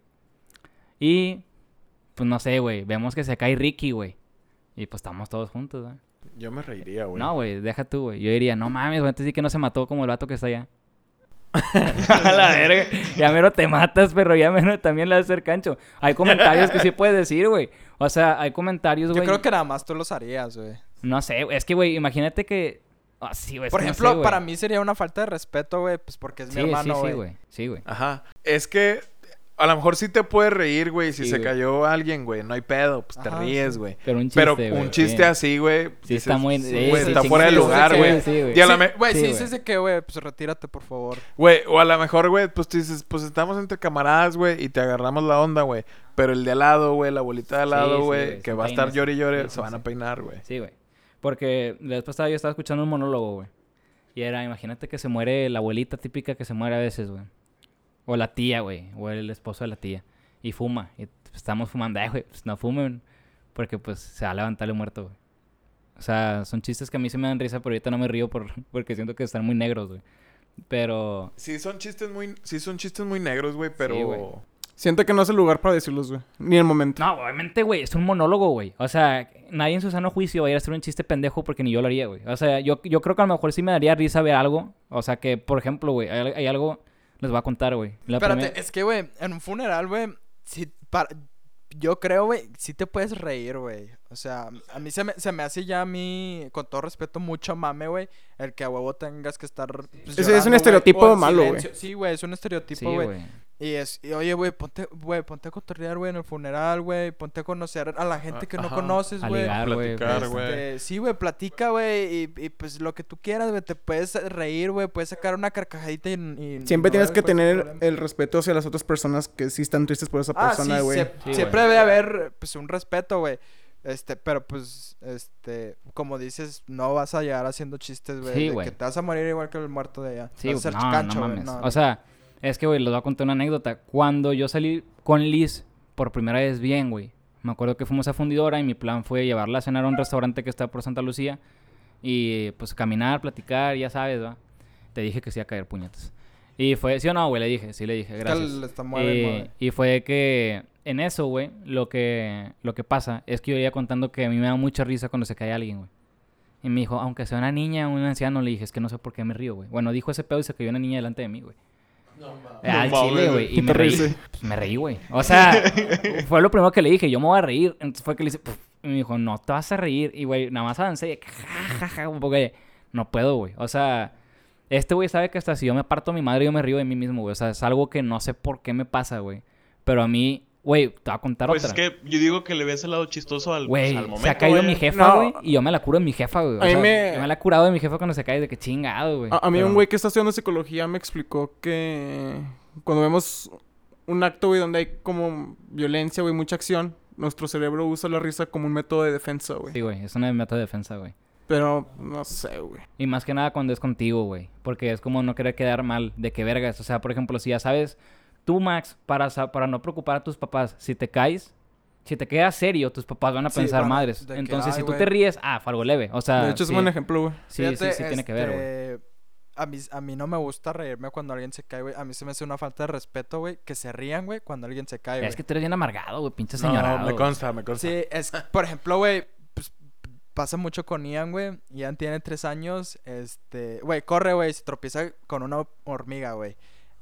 Y, pues no sé, güey. Vemos que se cae Ricky, güey. Y pues estamos todos juntos, güey. Yo me reiría, güey. No, güey, deja tú, güey. Yo diría, no mames, güey, antes sí que no se mató como el vato que está allá. A la verga. Ya mero te matas, pero ya mero también le vas a hacer cancho. Hay comentarios que sí puedes decir, güey. O sea, hay comentarios, güey. Yo creo que nada más tú los harías, güey. No sé, güey. Es que, güey, imagínate que... sí, güey. Por que no ejemplo, sé, güey. para mí sería una falta de respeto, güey, pues porque es mi hermano, Sí, güey. güey. Sí, güey. Ajá. Es que a lo mejor sí te puedes reír, güey. Si Sí, se güey. cayó alguien, güey. No hay pedo. Pues te Ajá, ríes, sí. güey. Pero un chiste, Pero güey, un chiste sí. así, güey. Sí, dices, está muy... güey, sí, está sí, fuera de sí, lugar, sí, güey. sí, güey. Y a la Sí, me... güey, Sí, sí güey. dices de que, güey, pues retírate, por favor. Güey, o a lo mejor, güey, pues tú dices, pues estamos entre camaradas, güey, y te agarramos la onda, güey. Pero el de al lado, güey, la abuelita de al Sí, lado, sí, güey, güey, que se va a estar peinas. llore y llore, Sí, se sí, van a sí. peinar, güey. Sí, güey. Porque después yo estaba escuchando un monólogo, güey. Y era, imagínate que se muere la abuelita típica que se muere a veces, güey. O la tía, güey. O el esposo de la tía. Y fuma. Y estamos fumando. Güey, pues no fumen. Porque pues se va a levantar el muerto, güey. O sea, son chistes que a mí se me dan risa, pero ahorita no me río porque siento que están muy negros, güey. Pero... Sí son chistes muy negros, güey, pero... Sí, güey. Siento que no es el lugar para decirlos, güey. Ni el momento. No, obviamente, güey, es un monólogo, güey. O sea, nadie en su sano juicio va a ir a hacer un chiste pendejo porque ni yo lo haría, güey. O sea, yo creo que a lo mejor sí me daría risa ver algo. O sea, que, por ejemplo, güey, hay algo... Les voy a contar, güey. Espérate, es que, güey, en un funeral, güey, sí, yo creo, güey, sí te puedes reír, güey. O sea, a mí se me hace ya a mí, con todo respeto, mucho mame, güey, el que a huevo tengas que estar... pues, Es llorando, un güey, estereotipo o en malo, silencio. güey. Sí, güey, es un estereotipo, Sí, güey. güey. Y oye, güey, ponte a cotorrear, güey, en el funeral, güey. Ponte a conocer a la gente que no Ajá. conoces, A güey. ligar, güey. Platicar, güey. Sí, güey, platica, güey, y pues lo que tú quieras, güey, te puedes reír, güey, puedes sacar una carcajadita y Siempre no tienes hay que cualquier tener problema. el respeto hacia las otras personas que sí están tristes por esa persona, sí, güey. Sí, siempre güey. debe haber, pues, un respeto, güey. Pero pues, como dices, no vas a llegar haciendo chistes, güey, Sí, de güey. que te vas a morir igual que el muerto de allá. Sí, Vas a ser no, cancho, no güey, mames. no. O sea, es que, güey, les voy a contar una anécdota. Cuando yo salí con Liz por primera vez bien, güey. Me acuerdo que fuimos a Fundidora y mi plan fue llevarla a cenar a un restaurante que está por Santa Lucía. Y, pues, caminar, platicar, ya sabes, ¿va? Te dije que sí iba a caer puñetas. Y fue... ¿Sí o no, güey? Le dije, gracias. le está mueve. Y fue que... En eso, güey, lo que pasa es que yo iba contando que a mí me da mucha risa cuando se cae alguien, güey. Y me dijo, aunque sea una niña o un anciano, le dije, es que no sé por qué me río, güey. Bueno, dijo ese pedo y se cayó una niña delante de mí, güey. Al chile, güey. Y me reí. Pues me reí, güey. O sea, fue lo primero que le dije. Yo me voy a reír. Entonces fue que le hice... "Puf", y me dijo, no te vas a reír. Y, güey, nada más avancé. Jajaja, porque no puedo, güey. O sea, este güey sabe que hasta si yo me parto a mi madre, yo me río de mí mismo, güey. O sea, es algo que no sé por qué me pasa, güey. Pero a mí... Güey, te voy a contar Pues otra. es que yo digo que le ves el lado chistoso al, Güey, al momento. se ha caído güey. mi jefa, No. güey. Y yo me la curo de mi jefa, güey. O A mí sea, me- yo me la he curado de mi jefa cuando se cae de que chingado, güey. A mí Pero- un güey que está estudiando psicología me explicó que cuando vemos un acto, güey, donde hay como violencia, güey, mucha acción, nuestro cerebro usa la risa como un método de defensa, güey. Sí, güey. Es una método de defensa, güey. Pero no sé, güey. Y más que nada cuando es contigo, güey. Porque es como no querer quedar mal de que vergas. O sea, por ejemplo, si ya sabes... Tú, Max, para no preocupar a tus papás, si te caes... Si te quedas serio, tus papás van a Sí, pensar van a- madres. de que, Entonces, "Ay, si tú güey". te ríes... fue algo leve. O sea, De hecho, es sí. un buen ejemplo, güey. Sí, Fíjate, sí, tiene que ver, güey. A mí no me gusta reírme cuando alguien se cae, güey. A mí se me hace una falta de respeto, güey, que se rían, güey, cuando alguien se cae, güey. Es que tú eres bien amargado, güey. Pinche señorado. No, me güey. consta. Sí, por ejemplo, güey, pues pasa mucho con Ian, güey. Ian tiene 3 años, güey, corre, güey, se tropieza con una hormiga, güey.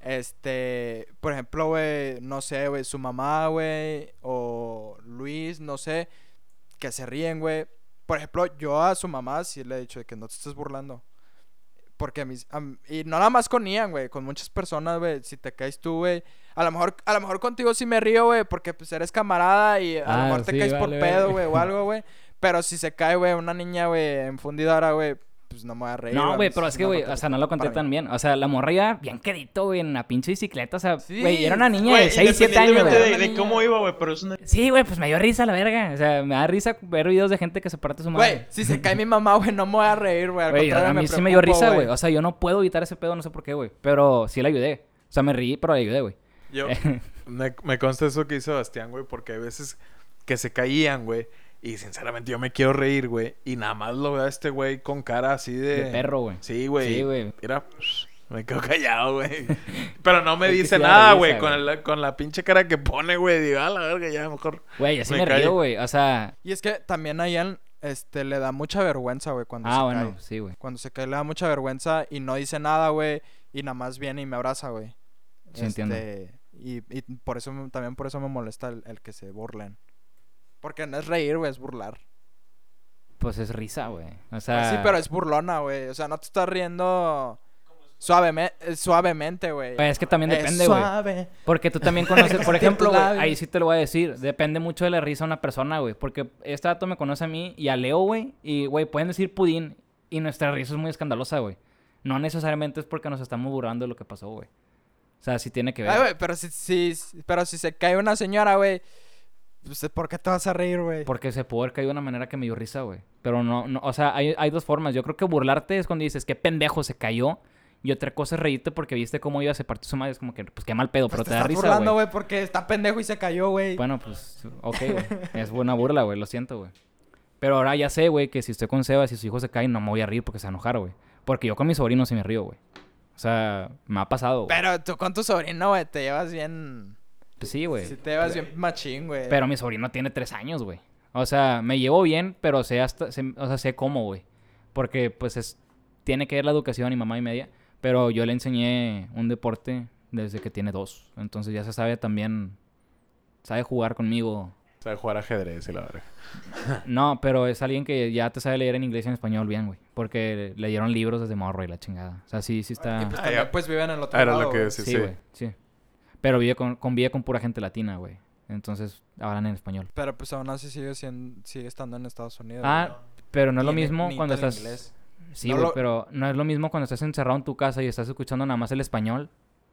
Por ejemplo, güey, no sé, güey, su mamá, güey, o Luis, no sé, que se ríen, güey. Por ejemplo, yo a su mamá sí le he dicho de que no te estés burlando. Porque y no nada más con Ian, güey, con muchas personas, güey, si te caes tú, güey, a lo mejor contigo sí me río, güey, porque pues eres camarada y a lo mejor te sí, caes por vale, pedo, vale. güey, o algo, güey. Pero si se cae, güey, una niña, güey, en fundidora, güey, pues no me voy a reír. No, güey, pues, pero es es que, una güey, falta de o sea, no lo conté respeto para tan mí. bien. O sea, la morra iba bien quedito, güey, en la pinche bicicleta. O sea, Sí, güey, era una niña Güey, de 6, 7 años, independientemente güey. de cómo iba, güey, pero es una... Sí, güey, pues me dio risa la verga. O sea, me da risa ver videos de gente que se parte su madre. Güey, si se cae mi mamá, güey, no me voy a reír, güey. Al Güey, contrario, a me mí sí me dio preocupo, risa, güey. O sea, yo no puedo evitar ese pedo, no sé por qué, güey. Pero sí la ayudé. O sea, me reí, pero la ayudé, güey. Yo, Me consta eso que hizo Sebastián, güey, porque hay veces que se caían, güey. Y sinceramente yo me quiero reír, güey. Y nada más lo veo a este güey con cara así de... De perro, güey. Sí, güey. Sí, güey. Mira, me quedo callado, güey. Pero no me Es que dice sí da nada, risa, güey. güey. Con la pinche cara que pone, güey. Digo, a la verga, ya mejor... Güey, así Me me callo. río, güey. O sea... Y es que también a Ian, le da mucha vergüenza, güey, cuando se bueno, cae. sí, güey. Cuando se cae le da mucha vergüenza y no dice nada, güey. Y nada más viene y me abraza, güey. Sí, entiendo. Y por eso, también por eso me molesta el que se burlen. Porque no es reír, güey, es burlar. Pues es risa, güey. O sea... Pues sí, pero es burlona, güey. O sea, no te estás riendo suavemente, güey. Pues es que también Es depende, güey. suave. Porque tú también conoces, por ejemplo, güey, labios. ahí sí te lo voy a decir, depende mucho de la risa de una persona, güey. Porque este dato me conoce a mí y a Leo, güey, y, güey, pueden decir pudín y nuestra risa es muy escandalosa, güey. No necesariamente es porque nos estamos burlando de lo que pasó, güey. O sea, sí tiene que ver. Ay, güey, pero si se cae una señora, güey, pues, ¿por qué te vas a reír, güey? Porque se pudo haber caído de una manera que me dio risa, güey. Pero no, o sea, hay dos formas. Yo creo que burlarte es cuando dices, qué pendejo se cayó. Y otra cosa es reírte porque viste cómo iba a se partió su madre. Es como que, pues qué mal pedo, pero Pues te da estás risa, burlando, güey. güey, porque está pendejo y se cayó, güey. Bueno, pues, ok, güey. Es buena burla, güey. Lo siento, güey. Pero ahora ya sé, güey, que si estoy con Sebas y su hijo se cae, no me voy a reír porque se va a enojar, güey. Porque yo con mi sobrino sí me río, güey. O sea, me ha pasado, güey. Pero tú con tu sobrino, güey, te llevas bien... Pues sí, güey. Sí te llevas bien machín, güey. Pero mi sobrino tiene 3 años, güey. O sea, me llevo bien, pero sé sé cómo, güey. Porque, pues, tiene que ver la educación y mamá y media. Pero yo le enseñé un deporte desde que tiene 2. Entonces ya se sabe también... Sabe jugar conmigo. Sabe jugar ajedrez y la verga. No, pero es alguien que ya te sabe leer en inglés y en español bien, güey. Porque le dieron libros desde morro y la chingada. O sea, sí está... Y pues Ah, también, ya. pues, viven en el otro Era lado, lo que güey. decía, Sí, güey, sí. Pero convive con pura gente latina, güey. Entonces hablan en español. Pero pues aún así sigue estando en Estados Unidos. Ah, pero no es lo mismo ni cuando tal estás... inglés. Sí, No güey, lo- pero no es lo mismo cuando estás encerrado en tu casa y estás escuchando nada más el español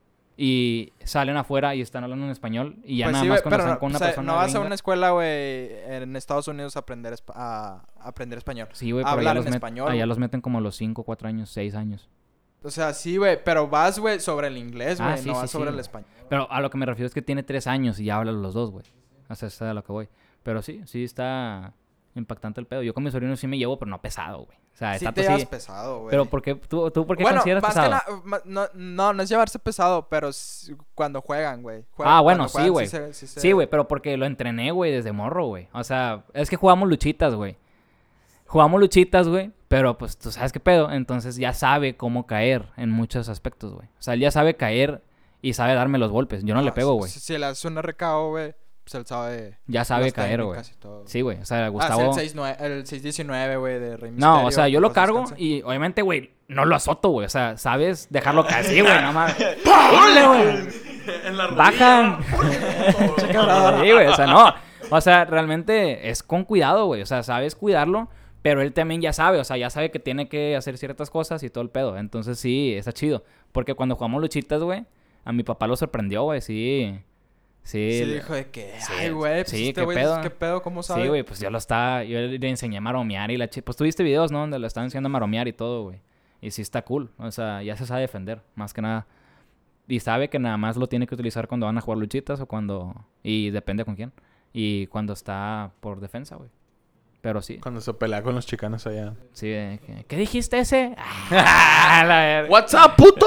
y salen afuera y están hablando en español y ya Pues nada sí, más güey, cuando pero están con una o sea, persona no vas a gringa. una escuela, güey, en Estados Unidos a aprender español. Sí, güey, a pero hablar en español. allá los meten como a los 5, 4 años, 6 años. O sea, sí, güey, pero vas, güey, sobre el inglés, güey, Sí, no sí, vas sí, sobre el güey. español. Pero a lo que me refiero es que tiene 3 años y ya hablan los dos, güey. O sea, eso es a lo que voy. Pero sí está impactante el pedo. Yo con mi sobrino sí me llevo, pero no pesado, güey. O sea, Sí está te llevas pesado, güey. Pero ¿por qué? ¿Tú por qué bueno, consideras más pesado? que nada, no es llevarse pesado, pero cuando juegan, güey. Bueno, Cuando sí, juegan, güey. Sí, güey, pero porque lo entrené, güey, desde morro, güey. O sea, es que jugamos luchitas, güey. Jugamos luchitas, güey, pero pues tú sabes qué pedo. Entonces ya sabe cómo caer en muchos aspectos, güey. O sea, él ya sabe caer y sabe darme los golpes. Yo no le pego, güey. Si le haces un RKO, güey, pues él sabe... Ya sabe las caer, güey. técnicas y todo. Sí, güey. O sea, Ah, Gustavo... sí, el 619, güey, de Rey Mysterio. No, o sea, yo lo pues, cargo descansa. y obviamente, güey, no lo azoto, güey. O sea, sabes dejarlo caer así, güey, no mames. ¡Ponle, güey! En la rodilla. ¡Bajan! Sí, güey, o sea, no. O sea, realmente es con cuidado, güey. O sea, sabes cuidarlo, pero él también ya sabe. O sea, ya sabe que tiene que hacer ciertas cosas y todo el pedo. Entonces, sí, está chido. Porque cuando jugamos luchitas, güey, a mi papá lo sorprendió, güey, sí. Sí, Sí, dijo de que, sí, ay, güey, pues sí, este ¿qué güey, pedo? ¿qué pedo? ¿Cómo sabe? Sí, güey, pues yo le enseñé a maromear y pues tuviste videos, ¿no? Donde le estaban enseñando a maromear y todo, güey. Y sí está cool, o sea, ya se sabe defender, más que nada. Y sabe que nada más lo tiene que utilizar cuando van a jugar luchitas o cuando... Y depende con quién. Y cuando está por defensa, güey. Pero sí. Cuando se pelea con los chicanos allá. Sí, ¿qué dijiste ese? La verga. What's up, puto?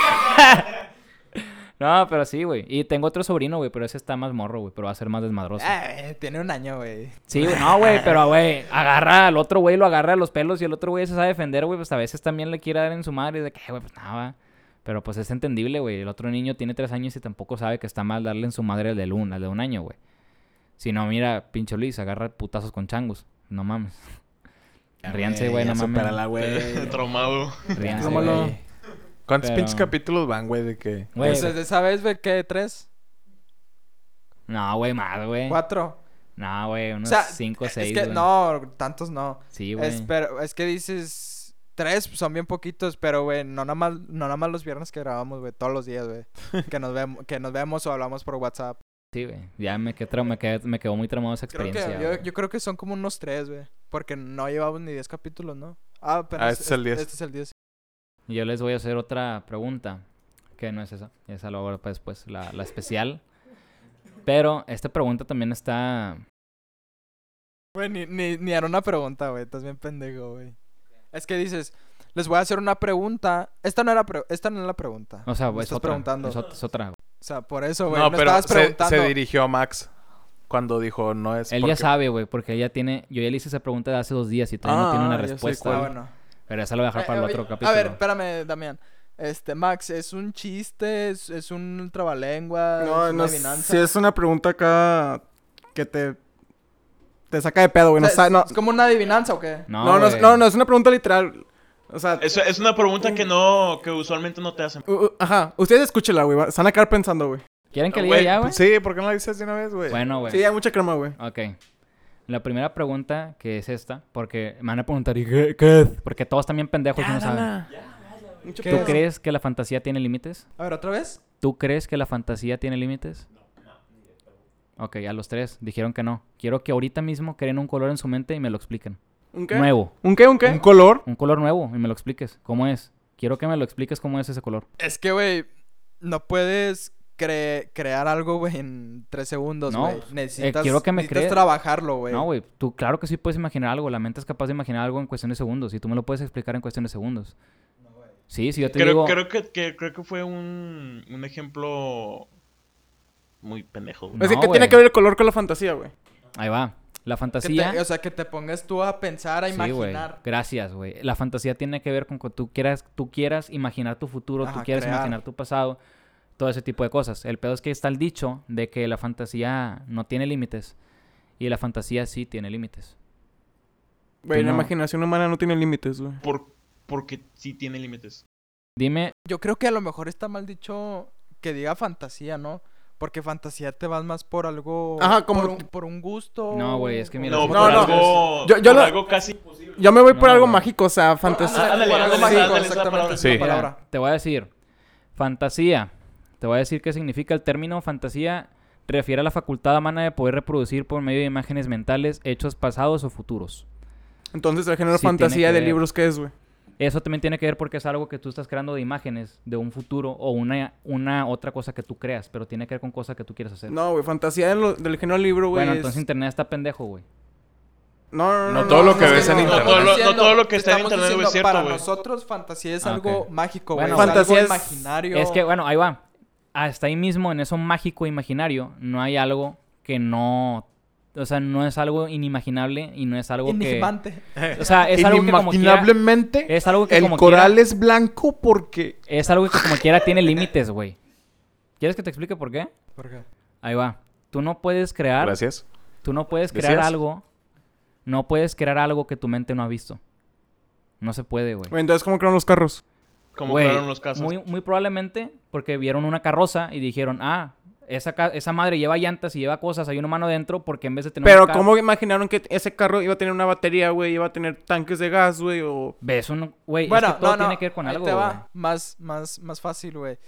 No, pero sí, güey. Y tengo otro sobrino, güey, pero ese está más morro, güey, pero va a ser más desmadroso. Tiene un año, güey. Sí, güey, no, güey, pero, güey, agarra al otro güey, lo agarra a los pelos y el otro güey se sabe defender, güey, pues a veces también le quiere dar en su madre y de que, güey, pues nada, pero pues es entendible, güey. El otro niño tiene 3 años y tampoco sabe que está mal darle en su madre al de un año, güey. Si no, mira, pinche Luis, agarra putazos con changos. No mames. Ríanse, güey, no mames. Supérala, güey. Traumado. Ríanse, Tómalo. güey. ¿Cuántos Pero- pinches capítulos van, güey, de que... Güey, Pues desde esa vez, güey, ¿qué? ¿3? no, güey, más, güey. ¿4? No, güey, unos O sea, 5 o 6, es que, güey. no, tantos no. Sí, güey. Pero es que dices 3, son bien poquitos, pero, güey, no nada más los viernes que grabamos, güey, todos los días, güey. que nos vemos o hablamos por WhatsApp. Sí, güey. Ya me quedó muy traumado esa Creo experiencia. que güey. yo creo que son como unos 3, güey, porque no llevamos ni 10 capítulos, ¿no? Pero este es el 10. Este es el 10. Y yo les voy a hacer otra pregunta, que no es esa lo hago para después, la especial. Pero esta pregunta también está... Güey, ni era una pregunta, güey. Estás bien pendejo, güey. Es que dices, les voy a hacer una pregunta. Esta no es la pregunta. O sea, Me es estás otra. preguntando. Es otra. O sea, por eso, güey. No, me pero estabas preguntando. se dirigió a Max cuando dijo no es Él porque... ya sabe, güey, porque ella tiene... Yo ya le hice esa pregunta de hace 2 días y todavía no tiene una ya sé respuesta. cuál. Bueno. Pero esa lo voy a dejar para el Oye, otro capítulo. A ver, espérame, Damián. Max, ¿es un chiste? ¿Es un trabalengua? No, ¿Es no, una adivinanza? si es una pregunta acá que te saca de pedo, güey. O No, sea, no, ¿es como una adivinanza o qué? no, güey. es una pregunta literal. O sea, Es una pregunta que usualmente no te hacen. ajá. Ustedes escúchenla, güey. Se van a quedar pensando, güey. ¿Quieren que le Güey, diga ya, güey? Sí, ¿por qué no la dices de una vez, güey? Bueno, güey. Sí, hay mucha crema, güey. Ok. La primera pregunta, que es esta, porque me van a preguntar, ¿y qué es? Porque todos también pendejos y no saben. Mucho ¿Qué ¿Tú es? crees que la fantasía tiene límites? A ver, ¿otra vez? ¿Tú crees que la fantasía tiene límites? Ok, a los 3 dijeron que no. Quiero que ahorita mismo creen un color en su mente y me lo expliquen. ¿Un qué? Nuevo. ¿Un qué? ¿Un qué? ¿Un color? Un color nuevo y me lo expliques. ¿Cómo es? Quiero que me lo expliques cómo es ese color. Es que, güey, no puedes crear algo, güey, en 3 segundos, No, güey. Necesitas, quiero que me necesitas creas. trabajarlo, güey. No, güey. Tú claro que sí puedes imaginar algo. La mente es capaz de imaginar algo en cuestión de segundos. Y tú me lo puedes explicar en cuestión de segundos. Sí, si yo te digo... Creo que fue un ejemplo muy pendejo. güey. Es que, No, ¿qué güey. tiene que ver el color con la fantasía, güey? Ahí va. La Que fantasía... o sea, que te pongas tú a pensar, a Sí, güey. imaginar. Gracias, güey. La fantasía tiene que ver con que tú quieras imaginar tu futuro, tú Ajá, quieras crear. imaginar tu pasado, todo ese tipo de cosas. El pedo es que está el dicho de que la fantasía no tiene límites y la fantasía sí tiene límites. Güey, la no. imaginación humana no tiene límites, güey. Porque sí tiene límites. Dime, Yo creo que a lo mejor está mal dicho que diga fantasía, ¿no? Porque fantasía te vas más por algo... Ajá, como- por un gusto. No, güey, es que mira, No, sí, por no, no. algo, Yo por lo- algo casi... Yo me voy por No, algo güey. mágico, o sea, fantasía. Ándale, por algo ándale, mágico, ándale, esa exactamente. palabra. esa Sí. palabra. mira, te voy a decir, fantasía, te voy a decir qué significa el término fantasía. Refiere a la facultad humana de poder reproducir por medio de imágenes mentales hechos pasados o futuros. Entonces, el género Sí, tiene fantasía que de ver. libros, ¿qué es, güey? Eso también tiene que ver porque es algo que tú estás creando de imágenes de un futuro o una otra cosa que tú creas, pero tiene que ver con cosas que tú quieres hacer. No, güey, fantasía del género libro, güey. bueno, es- entonces internet está pendejo, güey. No todo lo que ves en internet. No todo lo que está en internet, güey, es cierto, Para güey. nosotros, fantasía es Ah, algo ok. mágico, Bueno, güey. fantasía es algo es- imaginario. Es que, bueno, ahí va. Hasta ahí mismo, en eso mágico e imaginario, no hay algo que no... O sea, no es algo inimaginable y no es algo que... Inimagante. O sea, es algo que como quiera... Inimaginablemente, Es algo que el como coral quiera... es blanco porque... Es algo que como quiera tiene límites, güey. ¿Quieres que te explique por qué? ¿Por qué? Ahí va. Tú no puedes crear... Gracias. Tú no puedes crear ¿Decías? algo... No puedes crear algo que tu mente no ha visto. No se puede, güey. Güey, entonces, ¿cómo crearon los carros? Como Güey, crearon los casos. muy probablemente porque vieron una carroza y dijeron, esa madre lleva llantas y lleva cosas, hay un humano dentro, porque en vez de tener Pero, un carro... ¿cómo imaginaron que ese carro iba a tener una batería, güey? Iba a tener tanques de gas, güey, o... Ves un... Güey, Bueno, es que todo no, tiene que ver con ahí algo, te güey. va. Más fácil, güey.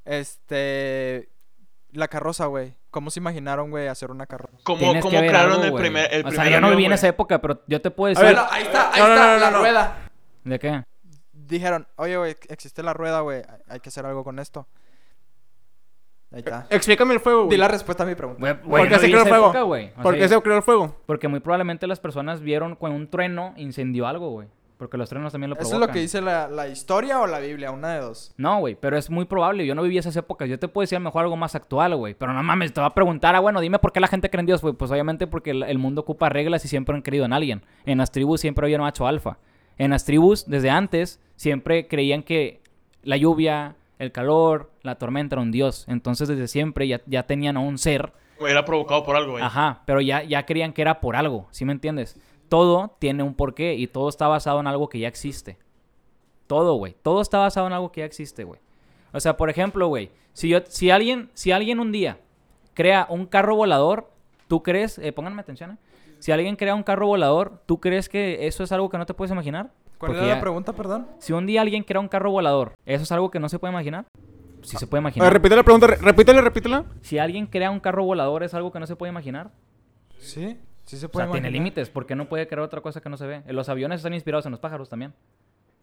La carroza, güey. ¿Cómo se imaginaron, güey, hacer una carroza? ¿Cómo Tienes que ver crearon algo, el güey. primer O sea, primer yo no avión, viví en güey? esa época, pero yo te puedo decir... ver, Bueno, ahí está, no, la no. rueda. ¿De qué? Dijeron, oye, güey, existe la rueda, güey. Hay que hacer algo con esto. Ahí está. Explícame el fuego, Di güey. la respuesta a mi pregunta. Güey, ¿Por qué no se viví creó el esa fuego? época, güey. O ¿Por sea, qué se creó el fuego? Porque muy probablemente las personas vieron con un trueno incendió algo, güey. Porque los truenos también lo ¿Eso provocan. es lo que dice la historia o la Biblia? Una de dos. No, güey, pero es muy probable. Yo no viví esas épocas. Yo te puedo decir a lo mejor algo más actual, güey. Pero no mames, te va a preguntar, bueno, dime por qué la gente cree en Dios, güey. Pues obviamente porque el mundo ocupa reglas y siempre han creído en alguien. En las tribus siempre había un macho alfa. En las tribus, desde antes, siempre creían que la lluvia, el calor, la tormenta era un dios. Entonces, desde siempre ya tenían a un ser. Era provocado por algo, güey. Ajá, pero ya creían que era por algo. ¿Sí me entiendes? Todo tiene un porqué y todo está basado en algo que ya existe. Todo, güey. Todo está basado en algo que ya existe, güey. O sea, por ejemplo, güey, si alguien un día crea un carro volador, ¿tú crees? Pónganme atención, Si alguien crea un carro volador, ¿tú crees que eso es algo que no te puedes imaginar? ¿Cuál Porque era la pregunta, perdón? Si un día alguien crea un carro volador, ¿eso es algo que no se puede imaginar? Sí se puede A ver, imaginar. repite la pregunta, repítela. Si alguien crea un carro volador, ¿es algo que no se puede imaginar? Sí, sí se O puede sea, tiene imaginar. límites. ¿Por qué no puede crear otra cosa que no se ve? Los aviones están inspirados en los pájaros también.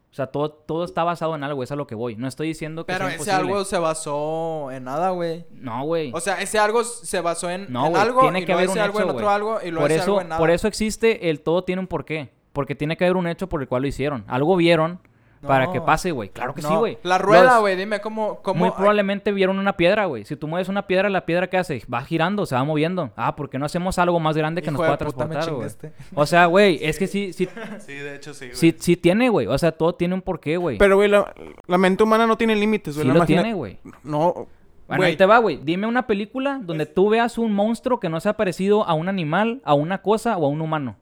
O sea, todo está basado en algo, es a lo que voy. No estoy diciendo que Pero sea ese imposible. algo se basó en nada, güey. No, güey. O sea, ese algo se basó en No, güey, algo tiene y que luego haber ese un algo hecho, en otro güey. algo y luego ese algo en nada. Por eso existe el todo tiene un porqué. Porque tiene que haber un hecho por el cual lo hicieron. Algo vieron para No. que pase, güey. Claro que sí, No, güey. La rueda, Los- güey, dime cómo... Muy probablemente vieron una piedra, güey. Si tú mueves una piedra, ¿la piedra qué hace? Va girando, se va moviendo. Ah, ¿por qué no hacemos algo más grande que nos Hijo de pueda puta, me transportar, güey? chingaste. O sea, güey, es que sí, Sí, de hecho sí, güey. sí tiene, güey. O sea, todo tiene un porqué, güey. Pero, güey, la mente humana no tiene límites, güey. Sí La lo imagina- tiene, güey. No, Bueno, ahí te va, güey. Dime una película donde tú veas un monstruo que no sea parecido a un animal, a una cosa o a un humano.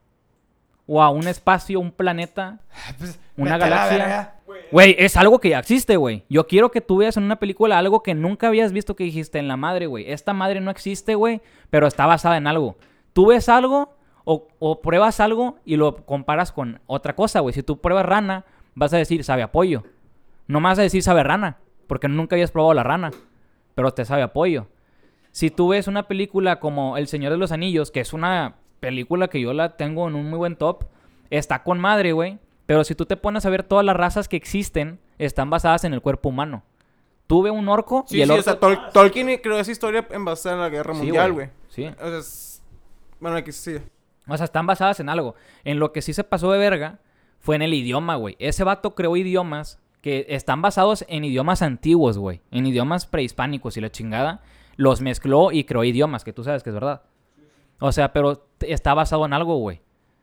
O a un espacio, un planeta, una vete a la galaxia. verga. Güey, es algo que ya existe, güey. Yo quiero que tú veas en una película algo que nunca habías visto que dijiste en la madre, güey. Esta madre no existe, güey, pero está basada en algo. Tú ves algo o pruebas algo y lo comparas con otra cosa, güey. Si tú pruebas rana, vas a decir sabe a pollo. No me vas a decir sabe a rana, porque nunca habías probado la rana, pero te sabe a pollo. Si tú ves una película como El Señor de los Anillos, que es una película que yo la tengo en un muy buen top, está con madre, güey. Pero si tú te pones a ver todas las razas que existen, están basadas en el cuerpo humano. Tú ves un orco Sí, y el sí, orco... o sea, Tolkien creó esa historia en base a la guerra Sí, mundial, güey. Sí. O sea, bueno, aquí sí. O sea, están basadas en algo. En lo que sí se pasó de verga fue en el idioma, güey. Ese vato creó idiomas que están basados en idiomas antiguos, güey. En idiomas prehispánicos y la chingada. Los mezcló y creó idiomas, que tú sabes que es verdad. O sea, pero está basado en algo, güey.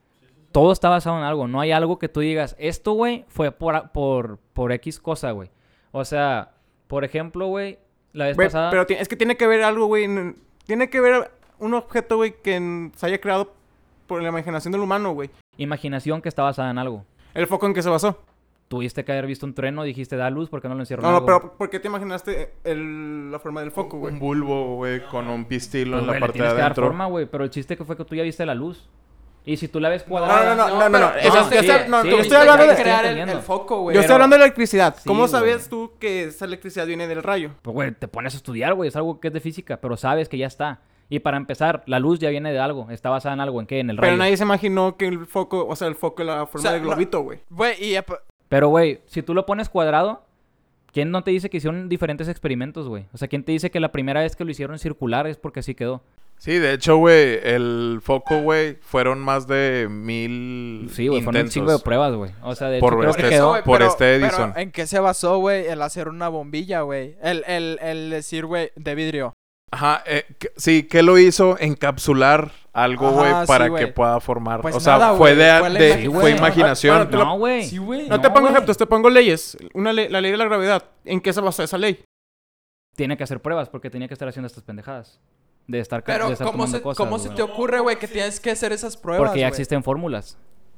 Todo está basado en algo. No hay algo que tú digas, esto, güey, fue por X cosa, güey. O sea, por ejemplo, güey, la vez Güey, pasada... pero es que tiene que ver algo, güey. Tiene que ver un objeto, güey, que se haya creado por la imaginación del humano, güey. Imaginación que está basada en algo. ¿El foco en qué se basó? Tuviste que haber visto un trueno, dijiste, da luz, ¿por qué no lo encierro en No, no, algo? pero ¿por qué te imaginaste la forma del foco, güey? Un bulbo, güey, con un pistilo Pues, en la güey, le parte de tienes que dar adentro. forma, güey. Pero el chiste que fue que tú ya viste la luz. Y si tú la ves cuadrada... No. Eso- sí, yo estoy- no, sí, yo sí, estoy hablando sí, de estoy crear entendiendo. el foco, güey. Yo estoy hablando de electricidad. Sí, ¿Cómo güey. sabías tú que esa electricidad viene del rayo? Pues, güey, te pones a estudiar, güey. Es algo que es de física, pero sabes que ya está. Y para empezar, la luz ya viene de algo. Está basada en algo. ¿En qué? En el rayo. Pero nadie se imaginó que el foco, o sea, el foco, la forma sea, del globito, güey. Güey, y... Pero, güey, si tú lo pones cuadrado... ¿Quién no te dice que hicieron diferentes experimentos, güey? O sea, ¿quién te dice que la primera vez que lo hicieron circular es porque así quedó? Sí, de hecho, güey, el foco, güey, fueron más de 1000 Sí, güey, fueron un intentos. chingo de pruebas, güey. O sea, de hecho, Por creo este- que quedó... güey, por pero- este Edison. pero ¿en qué se basó, güey, el hacer una bombilla, güey? El decir, güey, de vidrio. Ajá, sí, ¿qué lo hizo? Encapsular algo, Ajá, güey, sí, para güey. que pueda formar. Pues o sea, nada, fue güey, de, fue la de- imaginación. fue Sí, güey. imaginación. Bueno, te lo- No, güey. Sí, güey. No te pongo güey. ejemplos, te pongo leyes. La ley de la gravedad. ¿En qué se basó esa ley? Tiene que hacer pruebas porque tenía que estar haciendo estas pendejadas. De estar, Pero de estar ¿cómo tomando se, cosas, ¿cómo se güey. te ocurre, güey, que tienes que hacer esas pruebas, Porque ya güey? existen fórmulas.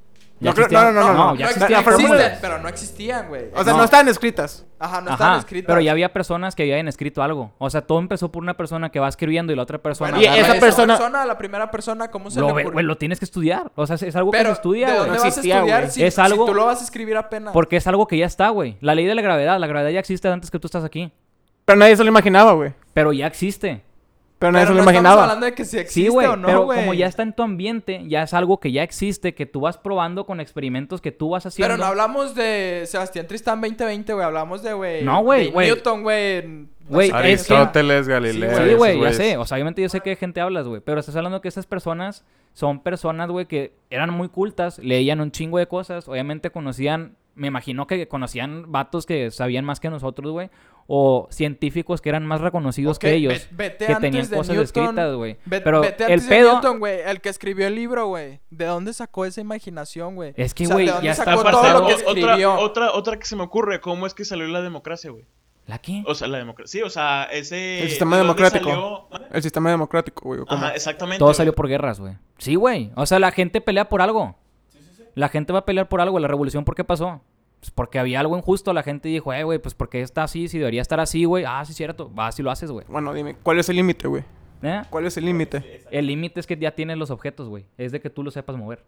No creo- no, ya no, existían la fórmula- fórmulas. Pero no existían, güey. O sea, No. no estaban escritas. Ajá, no estaban Ajá, escritas. pero ya había personas que habían escrito algo. O sea, todo empezó por una persona que va escribiendo y la otra persona... Bueno, Y agarra esa y- persona- la primera persona, ¿cómo se Lo, le ve- ocurrió? güey, lo tienes que estudiar. O sea, es algo que Pero, se estudia, ¿de güey. dónde No vas a existía, estudiar güey. si, Es algo- si tú lo vas a escribir apenas? Porque es algo que ya está, güey. La ley de la gravedad ya existe antes que tú estás aquí. Pero nadie se lo imaginaba, güey. Pero ya existe. Pero nadie Pero se lo no estamos imaginaba. hablando de que si existe Sí, güey, o no, pero güey. como ya está en tu ambiente, ya es algo que ya existe, que tú vas probando con experimentos que tú vas haciendo. Pero no hablamos de Sebastián Tristán 2020, güey. Hablamos de, güey... No, güey, de güey. Newton, güey. Güey, No sé qué. Aristóteles, Galileo. Sí, esos güey, ya güeyes. sé. O sea, obviamente yo sé qué gente hablas, güey. Pero estás hablando que esas personas son personas, güey, que eran muy cultas, leían un chingo de cosas. Obviamente conocían, me imagino que conocían vatos que sabían más que nosotros, güey. O científicos que eran más reconocidos Ok, que ellos. vete que antes tenían de cosas Newton, escritas, güey. Vete Pero antes el de pedo... Newton, güey. El que escribió el libro, güey. ¿De dónde sacó esa imaginación, güey? Es que, O sea, güey, ¿de dónde ya sacó está todo pasado. lo que escribió? Otra que se me ocurre, ¿cómo es que salió la democracia, güey? ¿La qué? O sea, la democracia. Sí, o sea, ese... El sistema ¿de dónde democrático. salió? El sistema democrático, güey. ¿cómo? Ajá, exactamente. Todo güey. salió por guerras, güey. Sí, güey. O sea, la gente pelea por algo. La gente va a pelear por algo. La revolución, ¿por qué pasó? Pues porque había algo injusto. La gente dijo, güey, pues ¿por qué está así? Si debería estar así, güey. Ah, sí, cierto. Va, así lo haces, güey. Bueno, dime, ¿cuál es el límite, güey? ¿Eh? ¿Cuál es el límite? El límite es que ya tienes los objetos, güey. Es de que tú lo sepas mover.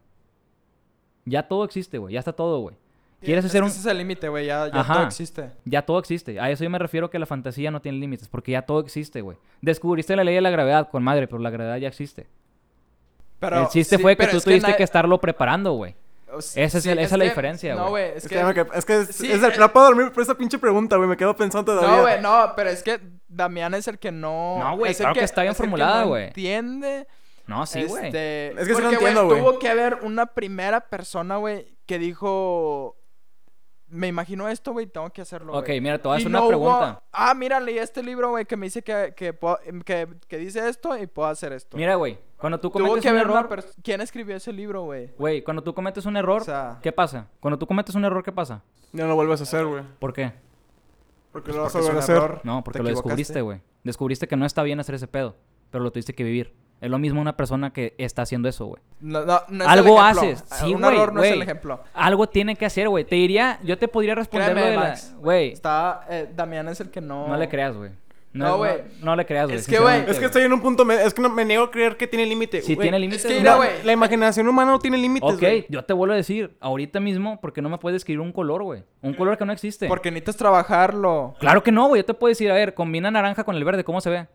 Ya todo existe, güey. Ya está todo, güey. ¿Quieres Es hacer que un...? ese es el límite, güey. Ya Ajá. todo existe. Ya todo existe. A eso yo me refiero que la fantasía no tiene límites. Porque ya todo existe, güey. Descubriste la ley de la gravedad con madre, pero la gravedad ya existe. Pero, El chiste sí, fue que pero tú es tuviste na- que estarlo preparando, güey. Esa es la diferencia, No, güey. güey, es que Sí, no puedo dormir por esa pinche pregunta, güey. Me quedo pensando todavía. No, güey, no, pero es que Damián es el que no... No, güey, es el claro que está bien es el que formulada, no güey. entiende. No, sí, güey. Es que sí porque, lo entiendo, güey. Tuvo que haber una primera persona, güey, que dijo... Me imagino esto, güey, tengo que hacerlo, güey. Ok, mira, te voy a Y hacer no una hubo, pregunta. mira, leí este libro, güey, que me dice que dice esto y puedo hacer esto. Mira, güey, cuando tú Tuvo cometes que un haber una error... ¿Quién escribió ese libro, güey? Güey, cuando tú cometes un error, O sea- ¿qué pasa? Cuando tú cometes un error, ¿qué pasa? Ya no lo vuelves a hacer, güey. ¿Por qué? Porque lo vas a Porque es volver a un hacer. error. No, porque Te lo equivocaste. descubriste, güey. Descubriste que no está bien hacer ese pedo, pero lo tuviste que vivir. Es lo mismo una persona que está haciendo eso, güey. No es Algo el ejemplo. haces. Sí, Un güey, error no es el güey. ejemplo. Algo tiene que hacer, güey. Yo te podría responder Créeme, lo de la... Max. Güey, Damián es el que no... no le creas, güey. No, güey. No le creas, güey. Es que, güey, sinceramente, Es que estoy en un punto... Es que no, me niego a creer que tiene límite, Sí güey. tiene límites, Es que güey. mira, güey. La imaginación humana no tiene límites, Ok, güey. yo te vuelvo a decir, ahorita mismo, porque no me puedes escribir un color, güey. Un color que no existe. Porque necesitas trabajarlo. Claro que no, güey. Yo te puedo decir, a ver, combina naranja con el verde, ¿cómo se ve?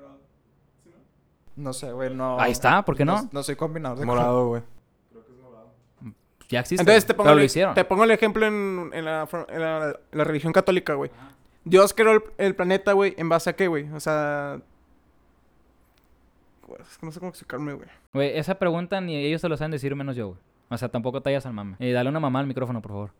No sé, güey, no... Ahí está, ¿por qué no? No soy combinador de Morado, güey. Ya existe. Entonces pero lo hicieron. te pongo el ejemplo en la religión católica, güey. Dios creó el planeta, güey, ¿en base a qué, güey? O sea... Pues, es que no sé cómo explicarme, güey. Güey, esa pregunta ni ellos se lo saben decir menos yo, güey. O sea, tampoco tallas al mame. Y dale una mamá al micrófono, por favor.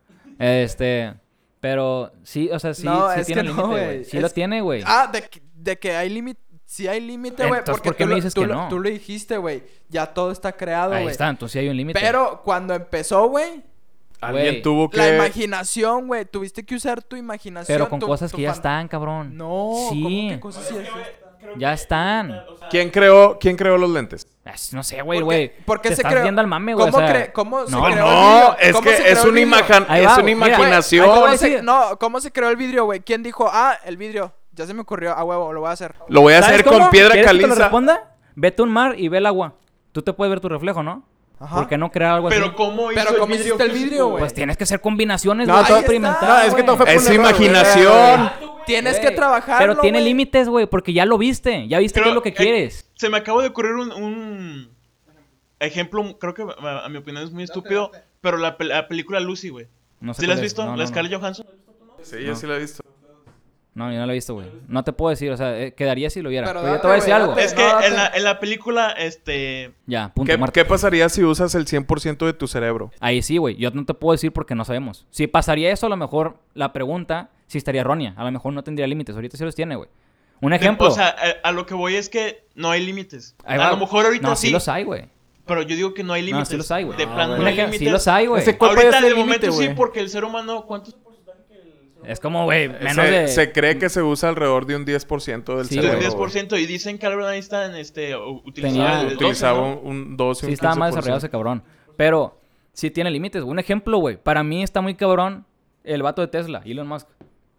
Pero sí, o sea, sí, No, sí es tiene que no, límite, güey. güey. Sí lo tiene, güey. De que hay límite... Sí hay límite, güey. Entonces, Porque ¿por qué tú me lo- dices tú que lo- no? Tú lo dijiste, güey. Ya todo está creado, Ahí güey. está, entonces sí hay un límite. Pero cuando empezó, güey... Alguien Güey, tuvo que... La imaginación, güey. Tuviste que usar tu imaginación. Pero con cosas tu que ya fan- están, cabrón. No, Sí. ¿cómo que cosas sí existen? Ya están. ¿Quién creó los lentes? No sé, güey, ¿Por qué- güey. por qué Te se estás creó? viendo al mame, güey. ¿Cómo o sea, cómo se no, creó el No, vidrio? es ¿Cómo que se creó es el una, vidrio? Ahí es va, una güey, mira, imaginación. ahí te voy a ¿Cómo decir. ¿Cómo se creó el vidrio, güey? ¿Quién dijo, el vidrio? Ya se me ocurrió, a huevo, lo voy a hacer. Lo voy a ¿Sabes hacer cómo? con piedra ¿Quieres que te lo caliza. responda? Vete a un mar y ve el agua. Tú te puedes ver tu reflejo, ¿no? Ajá. ¿Por qué no crear algo así? Pero ¿cómo hizo Pero ¿cómo el vidrio hiciste el físico, vidrio, güey? Pues tienes que hacer combinaciones, No, güey. todo- experimentar, no, es que todo fue Es un error, güey. imaginación. Tienes Güey, que trabajarlo, Pero tiene güey. límites, güey, porque ya lo viste. Ya viste qué es lo que quieres. Se me acaba de ocurrir un ejemplo, creo que a mi opinión es muy estúpido, pero la película Lucy, güey. No sé ¿Sí la cuál has es. visto? No, ¿La no, Scarlett Johansson? Sí, yo sí lo he visto. No, yo no lo he visto, güey. No te puedo decir, o sea, quedaría si lo viera. Pero Pero yo date, te voy a decir güey, algo. date. Es que No, date. en la película, Ya, punto, ¿Qué, Marta. qué pasaría si usas el 100% de tu cerebro? Ahí sí, güey. Yo no te puedo decir porque no sabemos. Si pasaría eso, a lo mejor la pregunta sí estaría errónea. A lo mejor no tendría límites. Ahorita sí los tiene, güey. Un ejemplo. O sea, a lo que voy es que no hay límites. Ahí A va. lo mejor ahorita No, sí, sí los hay, güey. pero yo digo que no hay No, límites. sí los hay, güey. De plano Un no hay ejemplo, límites. sí los hay, güey. Ese- ¿Cuál puede Ahorita ser de el límite, momento sí, güey? porque el ser humano, ¿cuántos? Es como, güey, menos Se, de... se cree que se usa alrededor de un 10% del Sí, cerebro. güey. Del güey. 10%. Y dicen que Albert Einstein utilizaba Tenía- el 12, Utilizaba ¿no? un 2 y un Sí estaba más 15%. desarrollado ese cabrón. Pero sí tiene límites. Un ejemplo, güey. Para mí está muy cabrón el vato de Tesla, Elon Musk.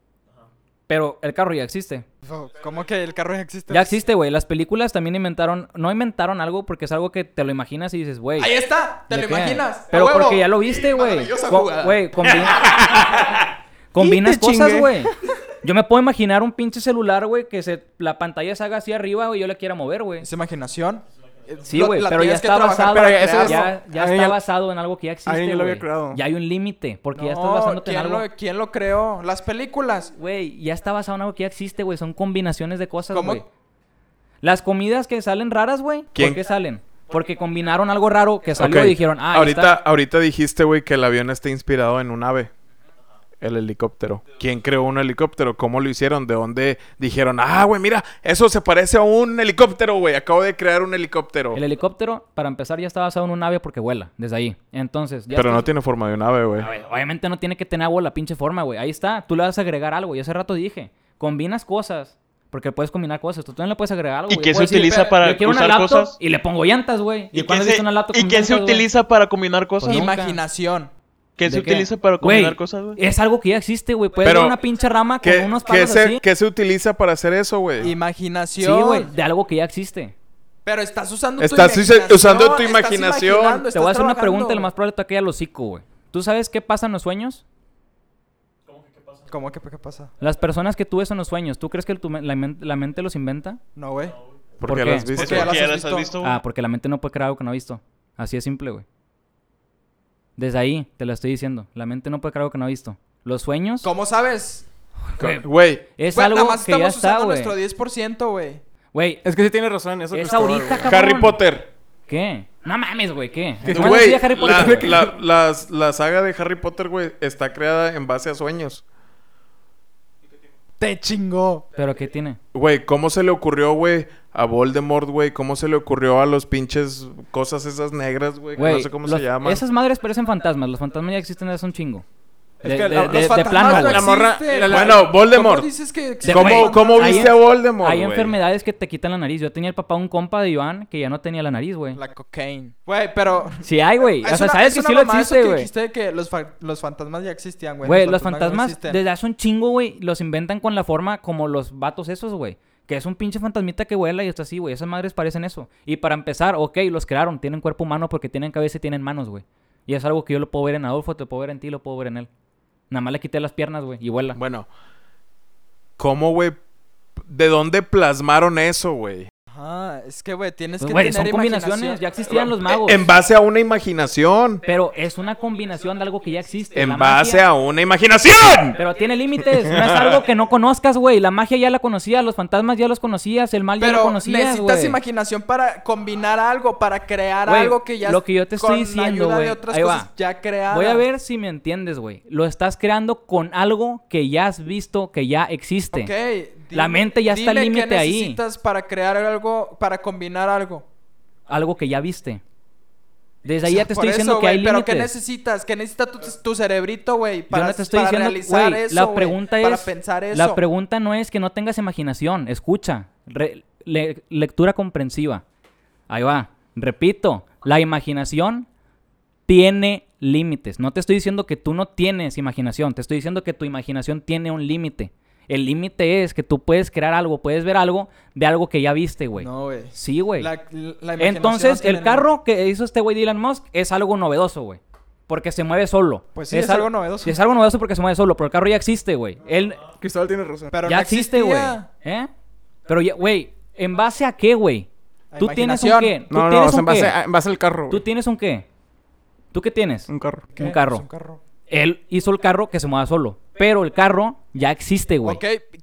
Pero el carro ya existe. ¿Cómo que el carro ya existe? Ya existe, güey. Las películas también inventaron... No inventaron algo porque es algo que te lo imaginas y dices, güey... Ahí está, te ¿de lo qué? imaginas. Pero ¡A huevo! porque ya lo viste, güey. Maravillosa Co- jugada. Güey, combinas Y te cosas, chingué. güey. Yo me puedo imaginar un pinche celular, güey, que la pantalla se haga así arriba, güey, y yo la quiera mover, güey. Es imaginación. Sí, güey, La pero ya tienes que está trabajar basado, para Pero eso es- crearlo. ya Ahí está ya- basado en algo que ya existe, ahí ya lo había güey. creado. Ya hay un límite, porque ya estás No, basándote en algo. ¿quién lo creó? Las películas. Güey, ya está basado en algo que ya existe, güey. Son combinaciones de cosas, ¿Cómo? güey. Las comidas que salen raras, güey, ¿Quién? ¿por qué salen? Porque combinaron algo raro que salió Ok. y dijeron, ahí ahorita, está. ahorita dijiste, güey, que el avión está inspirado en un ave. El helicóptero. ¿Quién creó un helicóptero? ¿Cómo lo hicieron? ¿De dónde dijeron? Güey, mira, eso se parece a un helicóptero, güey. Acabo de crear un helicóptero. El helicóptero, para empezar, ya está basado en un ave porque vuela, desde ahí. Entonces, ya Pero estás- no tiene forma de un ave, güey. Güey, obviamente no tiene que tener agua la pinche forma, güey. Ahí está. Tú le vas a agregar algo. Y hace rato dije, combinas cosas. Porque puedes combinar cosas. Tú también le puedes agregar algo. ¿Y güey. qué se Puedes decir, utiliza para yo quiero una usar laptop cosas? y le pongo llantas, güey. ¿Y cuándo has visto una laptop ¿Y con qué se llantas, güey? utiliza para combinar cosas? Pues nunca. Imaginación. ¿Qué se ¿De qué? utiliza para Güey, combinar cosas, güey? Es algo que ya existe, güey. Puedes Pero, ver una pinche rama con unos palos así. ¿Qué se utiliza para hacer eso, güey? Imaginación. Sí, güey. De algo que ya existe. Pero estás usando Estás tu usando imaginación. tu estás imaginación. imaginando, Te voy a hacer una estás pregunta y lo trabajando. más probable te cae al hocico, güey. ¿Tú sabes qué pasa en los sueños? ¿Cómo que qué pasa? Las personas que tú ves en los sueños, ¿tú crees que la mente los inventa? No, güey. Porque ¿por qué? las viste. Porque ya las ¿Ya has las has visto. visto, güey? Porque la mente no puede crear algo que no ha visto. Así es simple, güey. Desde ahí, te lo estoy diciendo. La mente no puede creer algo que no ha visto. Los sueños ¿Cómo sabes? Güey, es Güey, algo nada más que ya estamos está, usando güey. nuestro 10%, güey. Güey, Es que sí tiene razón en eso. es Cristóbal, ahorita, güey. cabrón. Harry Potter. ¿Qué? No mames, güey, ¿qué? ¿Cuándo Güey, hacía Harry Potter, güey? la saga de Harry Potter, güey, está creada en base a sueños. Te chingó. ¿Pero qué tiene? Güey, ¿cómo se le ocurrió, güey, a Voldemort, güey? ¿Cómo se le ocurrió a los pinches cosas esas negras, güey? Que Güey, no sé cómo se llaman. esas madres parecen fantasmas. Los fantasmas ya existen desde hace un chingo. Es que los de fantasmas plano, no güey. La morra- existen. Bueno, Voldemort. ¿Cómo dices que De- existen güey, ¿Cómo fantasmas? hay viste a Voldemort, Hay güey? enfermedades que te quitan la nariz. Yo tenía el papá un compa de Iván que ya no tenía la nariz, güey. La cocaine. Güey, pero... Sí hay, güey. O sea, sabes que sí lo existe, que güey. dijiste de que los fantasmas ya existían, güey. Güey, los no fantasmas existen. desde hace un chingo, güey, los inventan con la forma como los vatos esos, güey. Que es un pinche fantasmita que vuela y está así, güey. Esas madres parecen eso. Y para empezar, ok, los crearon. Tienen cuerpo humano porque tienen cabeza y tienen manos, güey. Y es algo que yo lo puedo ver en Adolfo, te puedo ver en ti, lo puedo ver en él. Nada más le quité las piernas, güey, y vuela. Bueno, ¿cómo, güey? ¿De dónde plasmaron eso, güey? Ajá, es que, güey, tienes Pues, que güey, tener son combinaciones. imaginación. Ya existían los magos. En base a una imaginación. Pero es una combinación de algo que ya existe. En La base magia- a una imaginación. Pero tiene límites. No es algo que no conozcas, güey. La magia ya la conocías, los fantasmas ya los conocías, el mal ya lo Pero conocías, necesitas güey. imaginación para combinar algo, para crear Güey, algo que ya lo que yo te estoy con diciendo, ayuda güey, de otras ahí cosas va. ya creadas. Voy a ver si me entiendes, güey. Lo estás creando con algo que ya has visto, que ya existe. Ok, La mente ya está al dime límite qué ahí. necesitas para crear algo, para combinar algo. Algo que ya viste. Desde ahí ya te Por estoy diciendo eso, que hay güey, pero límites. ¿qué necesitas? ¿Qué necesita tu cerebrito, güey? Yo Para, no te estoy para diciendo, realizar güey, eso, la güey, pregunta para es, pensar eso. la pregunta no es que no tengas imaginación, escucha, lectura comprensiva. Ahí va, repito, la imaginación tiene límites. No te estoy diciendo que tú no tienes imaginación, te estoy diciendo que tu imaginación tiene un límite. El límite es que tú puedes crear algo, puedes ver algo de algo que ya viste, güey. No, güey. Sí, güey. La imaginación Entonces, tiene el carro que hizo este güey de Elon Musk es algo novedoso, güey. Porque se mueve solo. Pues sí, es algo novedoso. Es algo novedoso porque se mueve solo, pero el carro ya existe, güey. Él Cristóbal tiene razón. Pero ya no existe, güey. existía. ¿Eh? Pero ya, güey, ¿en base a qué, güey? A ¿Tú tienes un imaginación. qué? ¿Tú No, no, tienes o sea, un en base al carro, ¿Tú güey. tienes un qué? ¿Tú qué tienes? Un carro. ¿Qué? Un carro. Es un carro. Él hizo el carro que se mueva solo. Pero el carro ya existe, güey. Ok,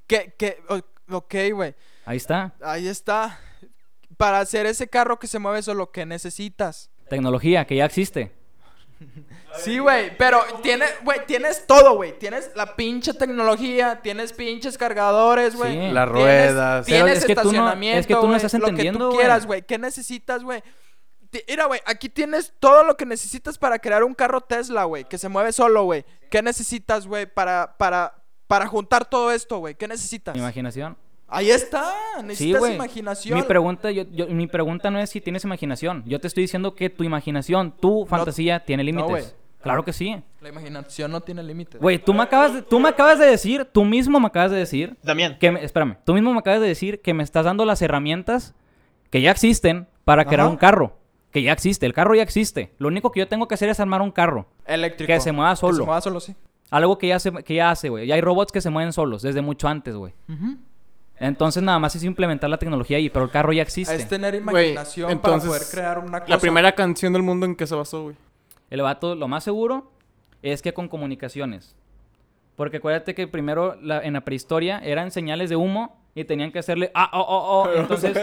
ok, güey. Ahí está. Ahí está. Para hacer ese carro que se mueve solo, ¿qué necesitas? Tecnología que ya existe. Sí, güey, pero tienes todo, güey. Tienes la pinche tecnología, tienes pinches cargadores, güey. Sí. Las Tienes- ruedas. Pero Tienes es que tú no- estacionamiento, es que tú no güey, estás lo que entendiendo, tú güey. quieras, güey. ¿Qué necesitas, güey? Mira, güey, aquí tienes todo lo que necesitas para crear un carro Tesla, güey, que se mueve solo, güey. ¿Qué necesitas, güey, para juntar todo esto, güey? ¿Qué necesitas? Imaginación. Ahí está, Sí, necesitas güey. imaginación. Mi pregunta no es si tienes imaginación. Yo te estoy diciendo que tu imaginación, tu fantasía tiene límites. güey. Claro que sí. La imaginación no tiene límites. Güey, tú me acabas de decir, tú mismo me acabas de decir Damián. espérame, tú mismo me acabas de decir que me estás dando las herramientas que ya existen para crear Ajá. un carro. Que ya existe, el carro ya existe. Lo único que yo tengo que hacer es armar un carro. Eléctrico. Que se mueva Que solo. se mueva solo, sí. Algo que ya hace, güey. Ya hay robots que se mueven solos desde mucho antes, güey. Entonces nada más es implementar la tecnología ahí, pero el carro ya existe. Es tener Güey, imaginación entonces, para poder crear una cosa. La primera canción del mundo en que se basó, güey. El vato, lo más seguro es que con comunicaciones. Porque acuérdate que primero en la prehistoria eran señales de humo y tenían que hacerle entonces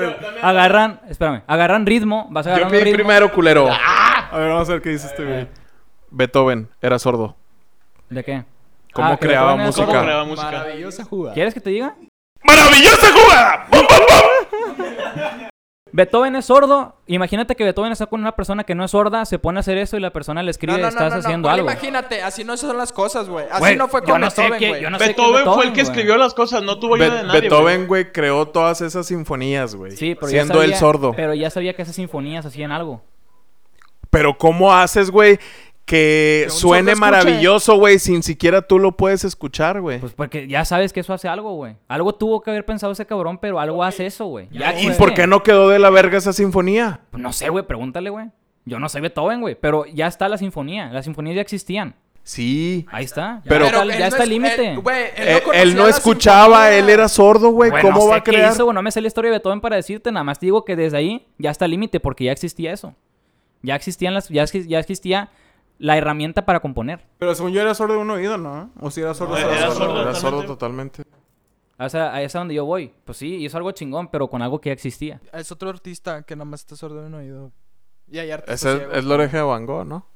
agarran ritmo, vas Yo agarrando pedí ritmo. primero, culero. A ver, vamos a ver qué dice este, güey. Beethoven era sordo. ¿De qué? ¿Cómo que creaba Beethoven era música? sordo. ¿Cómo creaba música? Maravillosa jugada. ¿Quieres que te diga? ¡Maravillosa jugada! ¡Bum, bum, bum! Beethoven es sordo. Imagínate que Beethoven está con una persona que no es sorda, se pone a hacer eso y la persona le escribe, estás haciendo ¿Cuál algo. Imagínate, así no son las cosas, güey. Así Güey, no fue yo con no sé Beethoven, qué- güey. yo no sé qué Beethoven fue el que güey. escribió las cosas, no tuvo ayuda de nadie. Beethoven, güey, creó todas esas sinfonías, güey. Sí, pero siendo ya sabía, él sordo. Pero ya sabía que esas sinfonías hacían algo. Pero ¿cómo haces, güey, que Que un suene sordo escuche? maravilloso, güey, sin siquiera tú lo puedes escuchar, güey? Pues porque ya sabes que eso hace algo, güey. Algo tuvo que haber pensado ese cabrón, pero algo hace eso, güey. Ya ¿Y existe. por qué no quedó de la verga esa sinfonía? Pues no sé, güey, pregúntale, güey. Yo no soy Beethoven, güey, pero ya está la sinfonía. Las sinfonías ya existían. Sí. Ahí está. Ya Pero- está, él ya no está el es- límite. Güey, Él no conocía la escuchaba, sinfonía. él era sordo, güey. Bueno, ¿Cómo no va sé a qué crear? hizo, güey, no me sé la historia de Beethoven para decirte, nada más te digo que desde ahí ya está el límite porque ya existía eso. Ya existía la herramienta para componer. Pero según yo era sordo de un oído, ¿no? O si era sordo. Era sordo. Era sordo totalmente. O sea, ahí es a donde yo voy. Pues sí, hizo algo chingón, pero con algo que ya existía. Es otro artista que nada más está sordo de un oído. Y hay artistas Ese ciegos. es la oreja de Van Gogh, ¿no?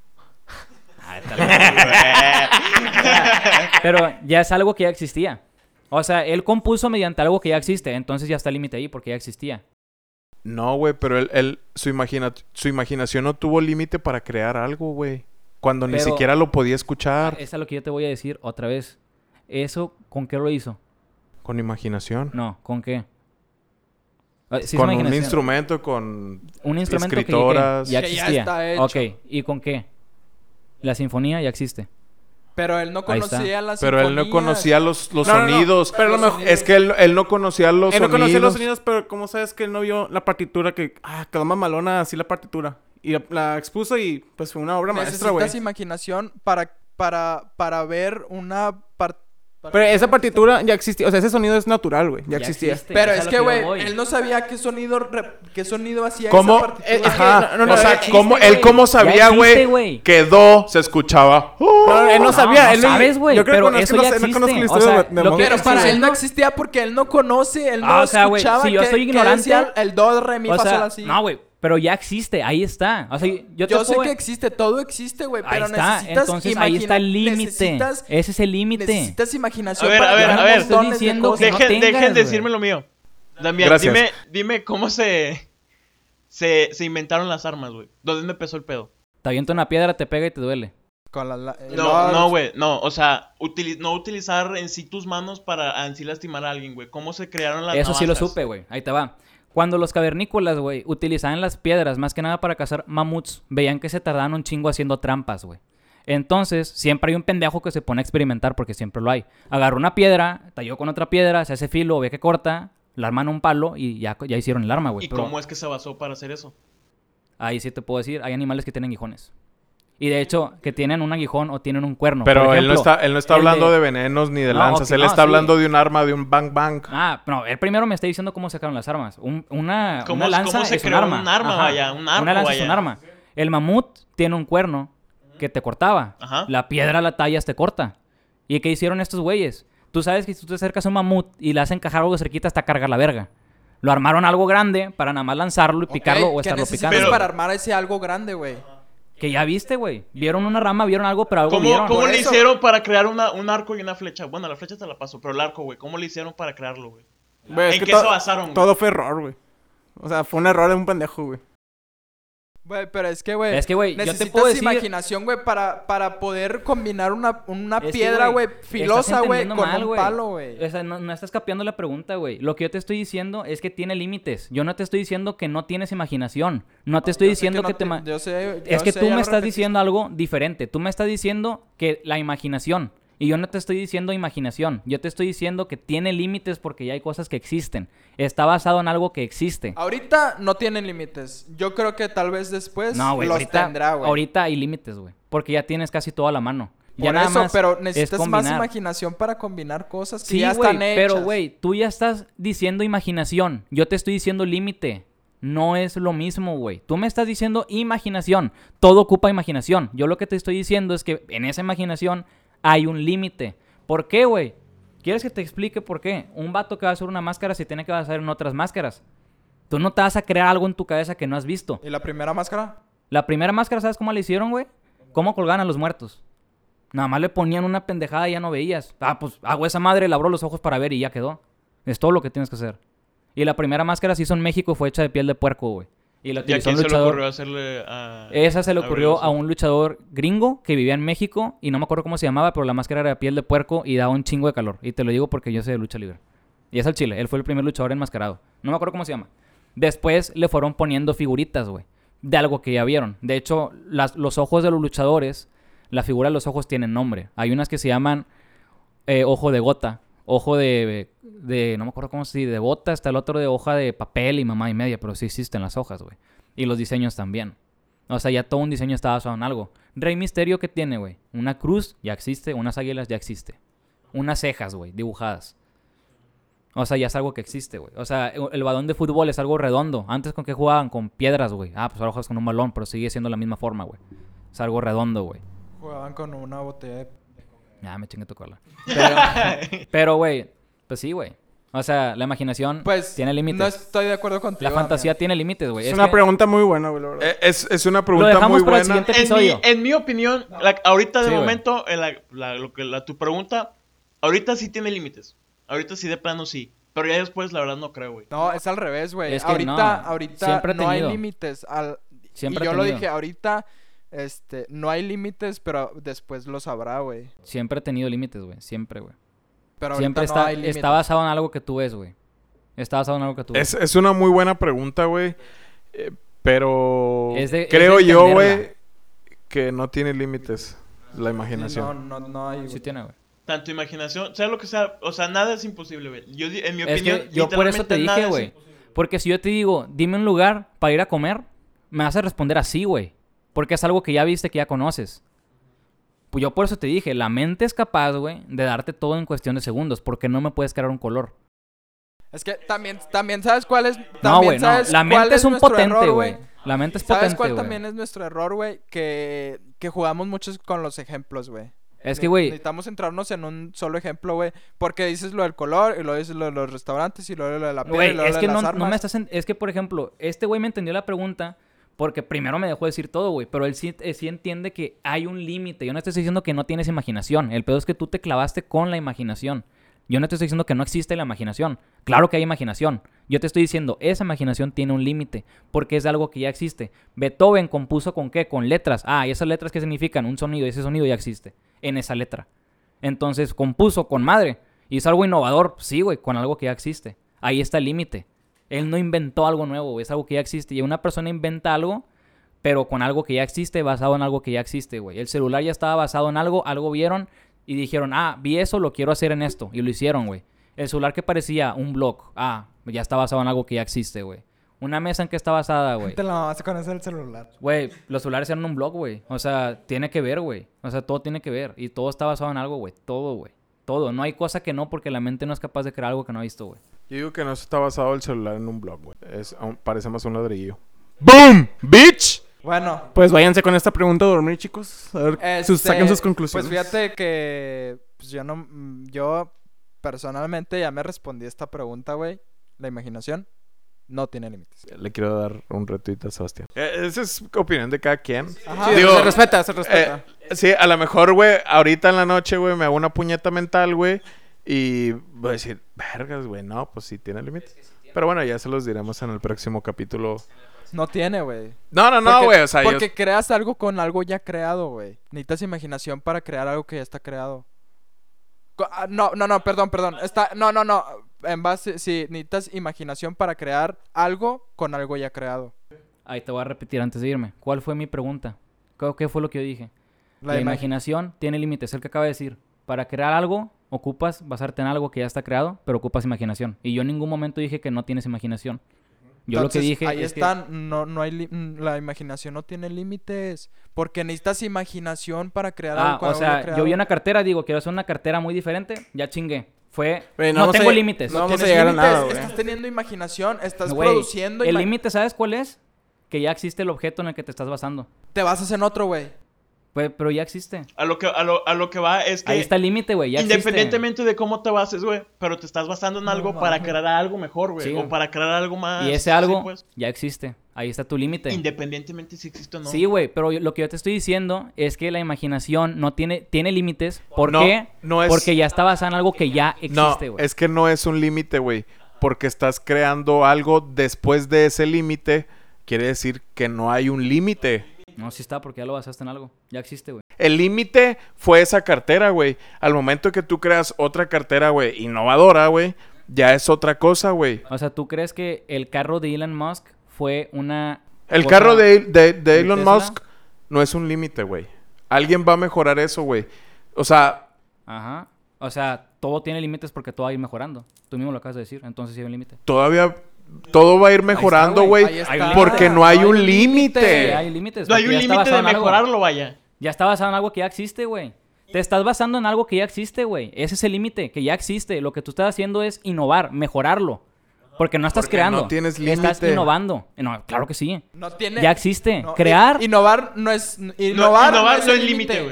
Pero ya es algo que ya existía. O sea, él compuso mediante algo que ya existe. Entonces ya está el límite ahí porque ya existía. No, güey, pero su imaginación no tuvo límite para crear algo, güey. Cuando ni Pero- siquiera lo podía escuchar. Eso es lo que yo te voy a decir otra vez. ¿Eso con qué lo hizo? Con imaginación. No, ¿con qué? Ah, sí es Con un imaginación. instrumento, con Un instrumento escritoras. que ya Que ya existía. está hecho. Ok, ¿y con qué? La sinfonía ya existe. Pero él no Ahí está. conocía las Pero él no sinfonías. conocía los No, no, sonidos. pero lo mejor- Es que él no conocía los Él no sonidos. conocía los sonidos, pero ¿cómo sabes que él no vio la partitura? Que quedó mamalona así la partitura. Y la expuso y pues fue una obra maestra, güey. Necesitas imaginación para ver una Pero esa partitura ya existía. O sea, ese sonido es natural, güey. Ya existía. existe, Pero es a es lo que, yo güey, voy. él no sabía qué sonido hacía ¿Cómo? esa partitura. Ajá. no, O sea, existe, ¿cómo, güey. él cómo Ya sabía, existe, güey, que do se escuchaba? No, él no sabía. no él sabes, güey, yo creo pero que eso no, ya es que no conozco la existe. historia O sea, de lo que- Pero Momo. para sí, él no no. existía porque él no conoce, él no O sea, güey, escuchaba si yo qué- soy qué ignorante, decía el do, re, mi, O fa, sol, sea, así. no, güey, pero ya existe, ahí está. O sea, yo Yo sé puedo- que existe, todo existe, güey, Ahí pero está, necesitas entonces ahí está el límite. necesitas- Ese es el límite. Necesitas imaginación A ver, para a ver, crear a ver. montones de Estoy diciendo cosas. que no Dejen tengas, de güey. decirme lo mío. Damián, Gracias. dime cómo se inventaron las armas, güey. ¿Dónde empezó el pedo? Te avienta una piedra, te pega y te duele. Con la- No, güey, no. O sea, no utilizar en sí tus manos para en sí lastimar a alguien, güey. ¿Cómo se crearon las Eso sí lo navajas? supe, güey. Ahí te va. Cuando los cavernícolas, güey, utilizaban las piedras más que nada para cazar mamuts, veían que se tardaban un chingo haciendo trampas, güey. Entonces, siempre hay un pendejo que se pone a experimentar, porque siempre lo hay. Agarra una piedra, talló con otra piedra, se hace filo, ve que corta, la arman a un palo y ya hicieron el arma, güey. ¿Y Pero cómo es que se basó para hacer eso? ahí sí te puedo decir, hay animales que tienen aguijones. Y de hecho, que tienen un aguijón o tienen un cuerno. Pero Por él no ejemplo, está el hablando de venenos ni de No, lanzas. ok, Él no, está sí. hablando de un arma, de un bang bang. Ah, no, él primero me está diciendo cómo sacaron las armas. Una ¿Cómo lanza se es un creó arma. un arma, Ajá. vaya? Un arco, Una lanza es vaya. un arma. El mamut tiene un cuerno que te cortaba. Ajá. La piedra la tallas te corta. ¿Y qué hicieron estos güeyes? Tú sabes que si tú te acercas a un mamut y le hacen encajar algo cerquita hasta cargar la verga. Lo armaron algo grande para nada más lanzarlo y picarlo o ¿Qué estarlo necesitas picando. para armar ese algo grande, güey? Que ya viste, güey. Vieron una rama, vieron algo, pero algo ¿Cómo vieron. le Por eso- hicieron para crear un arco y una flecha? Bueno, la flecha te la paso, pero el arco, güey. ¿Cómo le hicieron para crearlo, güey? Güey, es ¿En que qué se basaron, güey? Todo fue error, güey. O sea, fue un error de un pendejo, güey. Güey, pero es que, güey, Es que, güey, yo te necesitas puedo decir- imaginación, güey, para poder combinar una Es que, piedra, güey, estás filosa, güey, entendiendo con mal, un güey. palo, güey. O sea, no estás capeando la pregunta, güey. Lo que yo te estoy diciendo es que tiene límites. Yo no te estoy diciendo que no tienes imaginación. No te estoy Yo sé diciendo no que te... yo sé, Es yo que sé, tú ya me lo estás repetiste. diciendo algo diferente. Tú me estás diciendo que la imaginación. Y yo no te estoy diciendo imaginación. Yo te estoy diciendo que tiene límites porque ya hay cosas que existen. Está basado en algo que existe. Ahorita no tienen límites. Yo creo que tal vez después No, güey. los Ahorita, tendrá, güey. ahorita hay límites, güey. Porque ya tienes casi todo a la mano. Ya Por nada eso, más pero es necesitas más combinar. imaginación para combinar cosas que Sí, ya güey, están hechas. pero güey, tú ya estás diciendo imaginación. Yo te estoy diciendo límite. No es lo mismo, güey. Tú me estás diciendo imaginación. Todo ocupa imaginación. Yo lo que te estoy diciendo es que en esa imaginación hay un límite. ¿Por qué, güey? ¿Quieres que te explique por qué? Un vato que va a hacer una máscara se tiene que basar en otras máscaras. Tú no te vas a crear algo en tu cabeza que no has visto. ¿Y la primera máscara? La primera máscara, ¿sabes cómo la hicieron, güey? ¿Cómo colgaban a los muertos? Nada más le ponían una pendejada y ya no veías. Ah, pues hago esa madre, le abro los ojos para ver y ya quedó. Es todo lo que tienes que hacer. Y la primera máscara se hizo en México y fue hecha de piel de puerco, güey. Y la ¿Y a utilizó un quién se le luchador. ocurrió hacerle a... Esa se le ocurrió abrirlos? a un luchador gringo que vivía en México y no me acuerdo cómo se llamaba, pero la máscara era de piel de puerco y daba un chingo de calor. Y te lo digo porque yo sé de lucha libre. Y es al chile, él fue el primer luchador enmascarado. No me acuerdo cómo se llama. Después le fueron poniendo figuritas, güey, de algo que ya vieron. De hecho, los ojos de los luchadores, la figura de los ojos tienen nombre. Hay unas que se llaman ojo de gota, ojo de no me acuerdo cómo se dice, de bota, está el otro de hoja de papel y mamá y media, pero sí existen las hojas, güey. Y los diseños también. O sea, ya todo un diseño está basado en algo. Rey Misterio, ¿qué tiene, güey? Una cruz, ya existe. Unas águilas, ya existe. Unas cejas, güey, dibujadas. O sea, ya es algo que existe, güey. O sea, el balón de fútbol es algo redondo. Antes, ¿con qué jugaban? Con piedras, güey. Ah, pues ahora juegas con un balón, pero sigue siendo la misma forma, güey. Es algo redondo, güey. Jugaban con una botella de... Me chingue tu cola. Pero, güey, pues sí, güey. O sea, la imaginación Pues, tiene límites. no estoy de acuerdo contigo. La fantasía tiene límites, güey. Es una pregunta muy buena, güey, la verdad. Es una Lo pregunta dejamos muy para el buena. siguiente episodio. En mi opinión, ahorita de Sí, güey. momento, tu pregunta, ahorita sí tiene límites. Ahorita sí de plano sí. Pero ya después, la verdad, no creo, güey. No, es al revés, güey. Es que Ahorita siempre ha no hay tenido. límites. Siempre y ha yo lo tenido. dije, ahorita no hay límites, pero después los habrá, güey. Siempre he tenido límites, güey. Siempre, güey. Pero Siempre ahorita no hay límites. está basado en algo que tú ves, güey. Está basado en algo que tú ves. Es una muy buena pregunta, güey. Pero Es de creo yo, entenderla. güey, que no tiene límites la imaginación. No hay, Sí güey. tiene, güey. Tanto imaginación, sea lo que sea, o sea, nada es imposible, güey. En mi Es opinión, que yo por eso te literalmente nada dije, es güey. imposible. Porque si yo te digo, dime un lugar para ir a comer, me vas a responder así, güey. Porque es algo que ya viste, que ya conoces. Pues yo por eso te dije, la mente es capaz, güey, de darte todo en cuestión de segundos. Porque no me puedes crear un color. Es que también sabes cuál es... No, güey, no. sabes La cuál mente es un nuestro potente, error, güey. La mente es ¿Sabes potente, cuál güey. también es nuestro error, güey? Que jugamos muchos con los ejemplos, güey. Es que, güey, Necesitamos centrarnos en un solo ejemplo, güey. Porque dices lo del color, y luego dices lo de los restaurantes, y luego lo de la piel, y güey, luego es lo que de las no armas. me estás... Es que, por ejemplo, este güey me entendió la pregunta porque primero me dejó decir todo, güey. Pero él sí entiende que hay un límite. Yo no estoy diciendo que no tienes imaginación. El pedo es que tú te clavaste con la imaginación. Yo no te estoy diciendo que no existe la imaginación. Claro que hay imaginación. Yo te estoy diciendo, esa imaginación tiene un límite, porque es algo que ya existe. Beethoven compuso ¿con qué? Con letras. ¿Y esas letras qué significan? Un sonido, y ese sonido ya existe en esa letra. Entonces, compuso con madre. ¿Hizo algo innovador? Sí, güey, con algo que ya existe. Ahí está el límite. Él no inventó algo nuevo, güey, es algo que ya existe. Y una persona inventa algo, pero con algo que ya existe, basado en algo que ya existe, güey. El celular ya estaba basado en algo vieron y dijeron, vi eso, lo quiero hacer en esto. Y lo hicieron, güey. El celular que parecía un blog, ya está basado en algo que ya existe, güey. Una mesa en que está basada, güey. Te la mamaste con ese del celular. Güey, los celulares eran un blog, güey. O sea, tiene que ver, güey. O sea, todo tiene que ver. Y todo está basado en algo, güey. Todo, güey. Todo. No hay cosa que no, porque la mente no es capaz de crear algo que no ha visto, güey. Yo digo que no está basado el celular en un blog, güey. Parece más un ladrillo. ¡Boom! ¡Bitch! Bueno. Pues váyanse con esta pregunta a dormir, chicos. A ver, saquen sus conclusiones. Pues fíjate que... Pues yo personalmente ya me respondí esta pregunta, güey. La imaginación no tiene límites. Le quiero dar un retuito a Sebastián. Esa es opinión de cada quien. Ajá. Sí, Digo, se respeta, se respeta. Sí, a lo mejor, güey, ahorita en la noche, güey, me hago una puñeta mental, güey. Y voy a decir, vergas, güey, no, pues sí tiene límites. Pero bueno, ya se los diremos en el próximo capítulo. No tiene, güey. No, Porque- güey, o sea, Porque creas algo con algo ya creado, güey. Necesitas imaginación para crear algo que ya está creado. No, perdón. No. En base, sí, necesitas imaginación para crear algo con algo ya creado. Ahí te voy a repetir antes de irme. ¿Cuál fue mi pregunta? ¿Qué fue lo que yo dije? La imaginación tiene límites. El que acaba de decir. Para crear algo, ocupas basarte en algo que ya está creado, pero ocupas imaginación. Y yo en ningún momento dije que no tienes imaginación. Yo Entonces, lo que dije ahí es están, no hay la imaginación no tiene límites, porque necesitas imaginación para crear algo con o algo ya sea, creado. yo vi una cartera, digo, quiero hacer una cartera muy diferente, ya chingué. Güey, no vamos tengo a- límites. no vamos a Tienes llegar a límites, nada, güey. estás teniendo imaginación, estás Güey, produciendo el límite, ¿sabes cuál es? Que ya existe el objeto en el que te estás basando. te basas en otro, güey. Pero ya existe. A lo que va es que Ahí está el límite, güey, ya existe. independientemente de cómo te bases, güey, pero te estás basando en algo para crear algo mejor, güey, Sí, o güey. para crear algo más. Y ese algo sí, pues, ya existe. Ahí está tu límite. independientemente si existe o no. Sí, güey, pero lo que yo te estoy diciendo es que la imaginación no tiene límites. ¿Por No, qué? no es- Porque ya está basada en algo que ya No, existe, güey. es que no es un límite, güey. Porque estás creando algo después de ese límite. Quiere decir que no hay un límite. No, sí está, porque ya lo basaste en algo. Ya existe, güey. El límite fue esa cartera, güey. Al momento que tú creas otra cartera, güey, innovadora, güey, ya es otra cosa, güey. O sea, ¿tú crees que el carro de Elon Musk fue una... El cosa- carro de Elon Tesla? Musk no es un límite, güey. Alguien va a mejorar eso, güey. O sea, Ajá. O sea, todo tiene límites porque todo va a ir mejorando. Tú mismo lo acabas de decir. Entonces sí hay un límite. todavía todo va a ir mejorando, güey. güey. Ahí está. Porque no hay un Sí, límite. hay límites. No hay porque un ya está límite basado de en algo. mejorarlo, vaya. Ya está basado en algo que ya existe, güey. Te estás basando en algo que ya existe, güey. Ese es el límite, que ya existe. Lo que tú estás haciendo es innovar, mejorarlo. Porque no estás Porque creando. no tienes Estás límite. innovando. No, claro que sí. No tiene Ya existe. no, Crear. Innovar no es Innovar no es el límite, güey.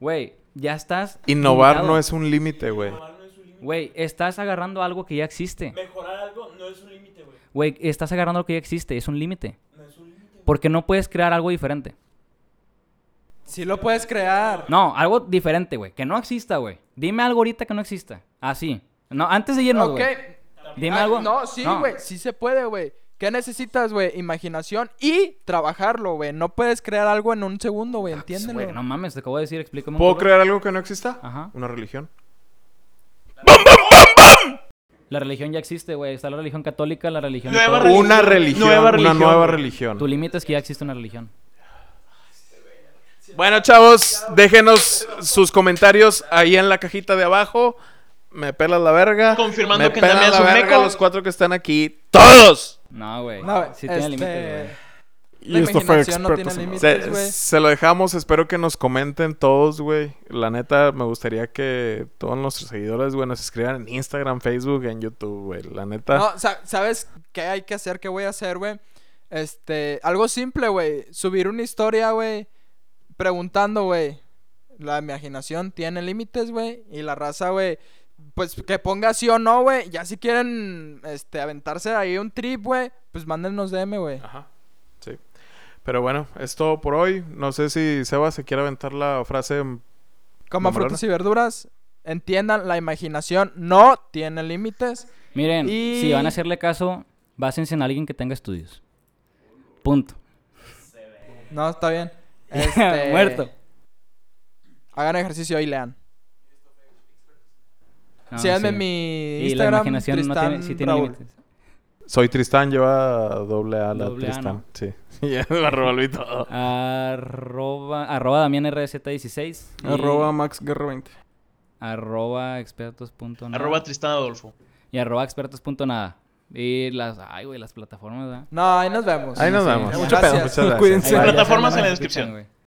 Güey, ya estás... Innovar limitado. no es un límite, güey. Güey, estás agarrando algo que ya existe. Mejorar algo no es un límite, güey. Güey, estás agarrando algo que ya existe. Es un límite. No es un límite. Porque no puedes crear algo diferente. Sí lo puedes crear. No, algo diferente, güey. Que no exista, güey. Dime algo ahorita que no exista. Así. No, antes de irnos, Ok. güey. Dime Ah, algo. No, sí, güey. Sí se puede, güey. ¿Qué necesitas, güey? Imaginación y trabajarlo, güey. No puedes crear algo en un segundo, güey. Entiéndelo. Güey, no mames, te acabo de decir, explícame un ¿Puedo poco. crear algo que no exista? Ajá. Una religión. La religión ya existe, güey. Está la religión católica, la religión... Nueva de todo. religión. Una religión. Nueva Una religión, nueva güey. religión. Tu límite es que ya existe una religión. Bueno, chavos, déjenos sus comentarios ahí en la cajita de abajo. Me pelas la verga. Confirmando Me que pelan también la es un verga meco. los 4 que están aquí. ¡Todos! No, güey. No, Sí tiene límite, güey. La imaginación no tiene límites, güey. Se lo dejamos, espero que nos comenten todos, güey. La neta, me gustaría que todos nuestros seguidores, güey, nos escriban en Instagram, Facebook, en YouTube, güey. La neta. No, ¿sabes qué hay que hacer? ¿Qué voy a hacer, güey? Algo simple, güey. Subir una historia, güey. Preguntando, güey. La imaginación tiene límites, güey. Y la raza, güey. Pues que ponga sí o no, güey. Ya si quieren, aventarse ahí un trip, güey. Pues mándenos DM, güey. Ajá, sí. Pero bueno, es todo por hoy. No sé si Seba se quiere aventar la frase. Como mamalona. frutas y verduras. Entiendan, la imaginación no tiene límites. Miren, Y- si van a hacerle caso, básense en alguien que tenga estudios. Punto. No, está bien. Muerto. Hagan ejercicio y lean. No, Síganme sí. en mi Y la Instagram, imaginación no Tristán tiene, sí tiene Raúl. límites. Soy Tristán, lleva doble A la Doble A, Tristán. ¿no? Sí. Ya me revolví todo. Arroba Damián RZ16. y Arroba MaxGuerra20. Arroba expertos.nada. Arroba Tristán Adolfo. Y arroba expertos.nada. Y las plataformas, ¿verdad? No, ahí nos vemos. Ahí nos Sí, vemos. sí. Mucho pedo. Gracias. Muchas gracias. Cuídense. Ahí ya Plataformas saben, en la nos descripción. escuchan, güey.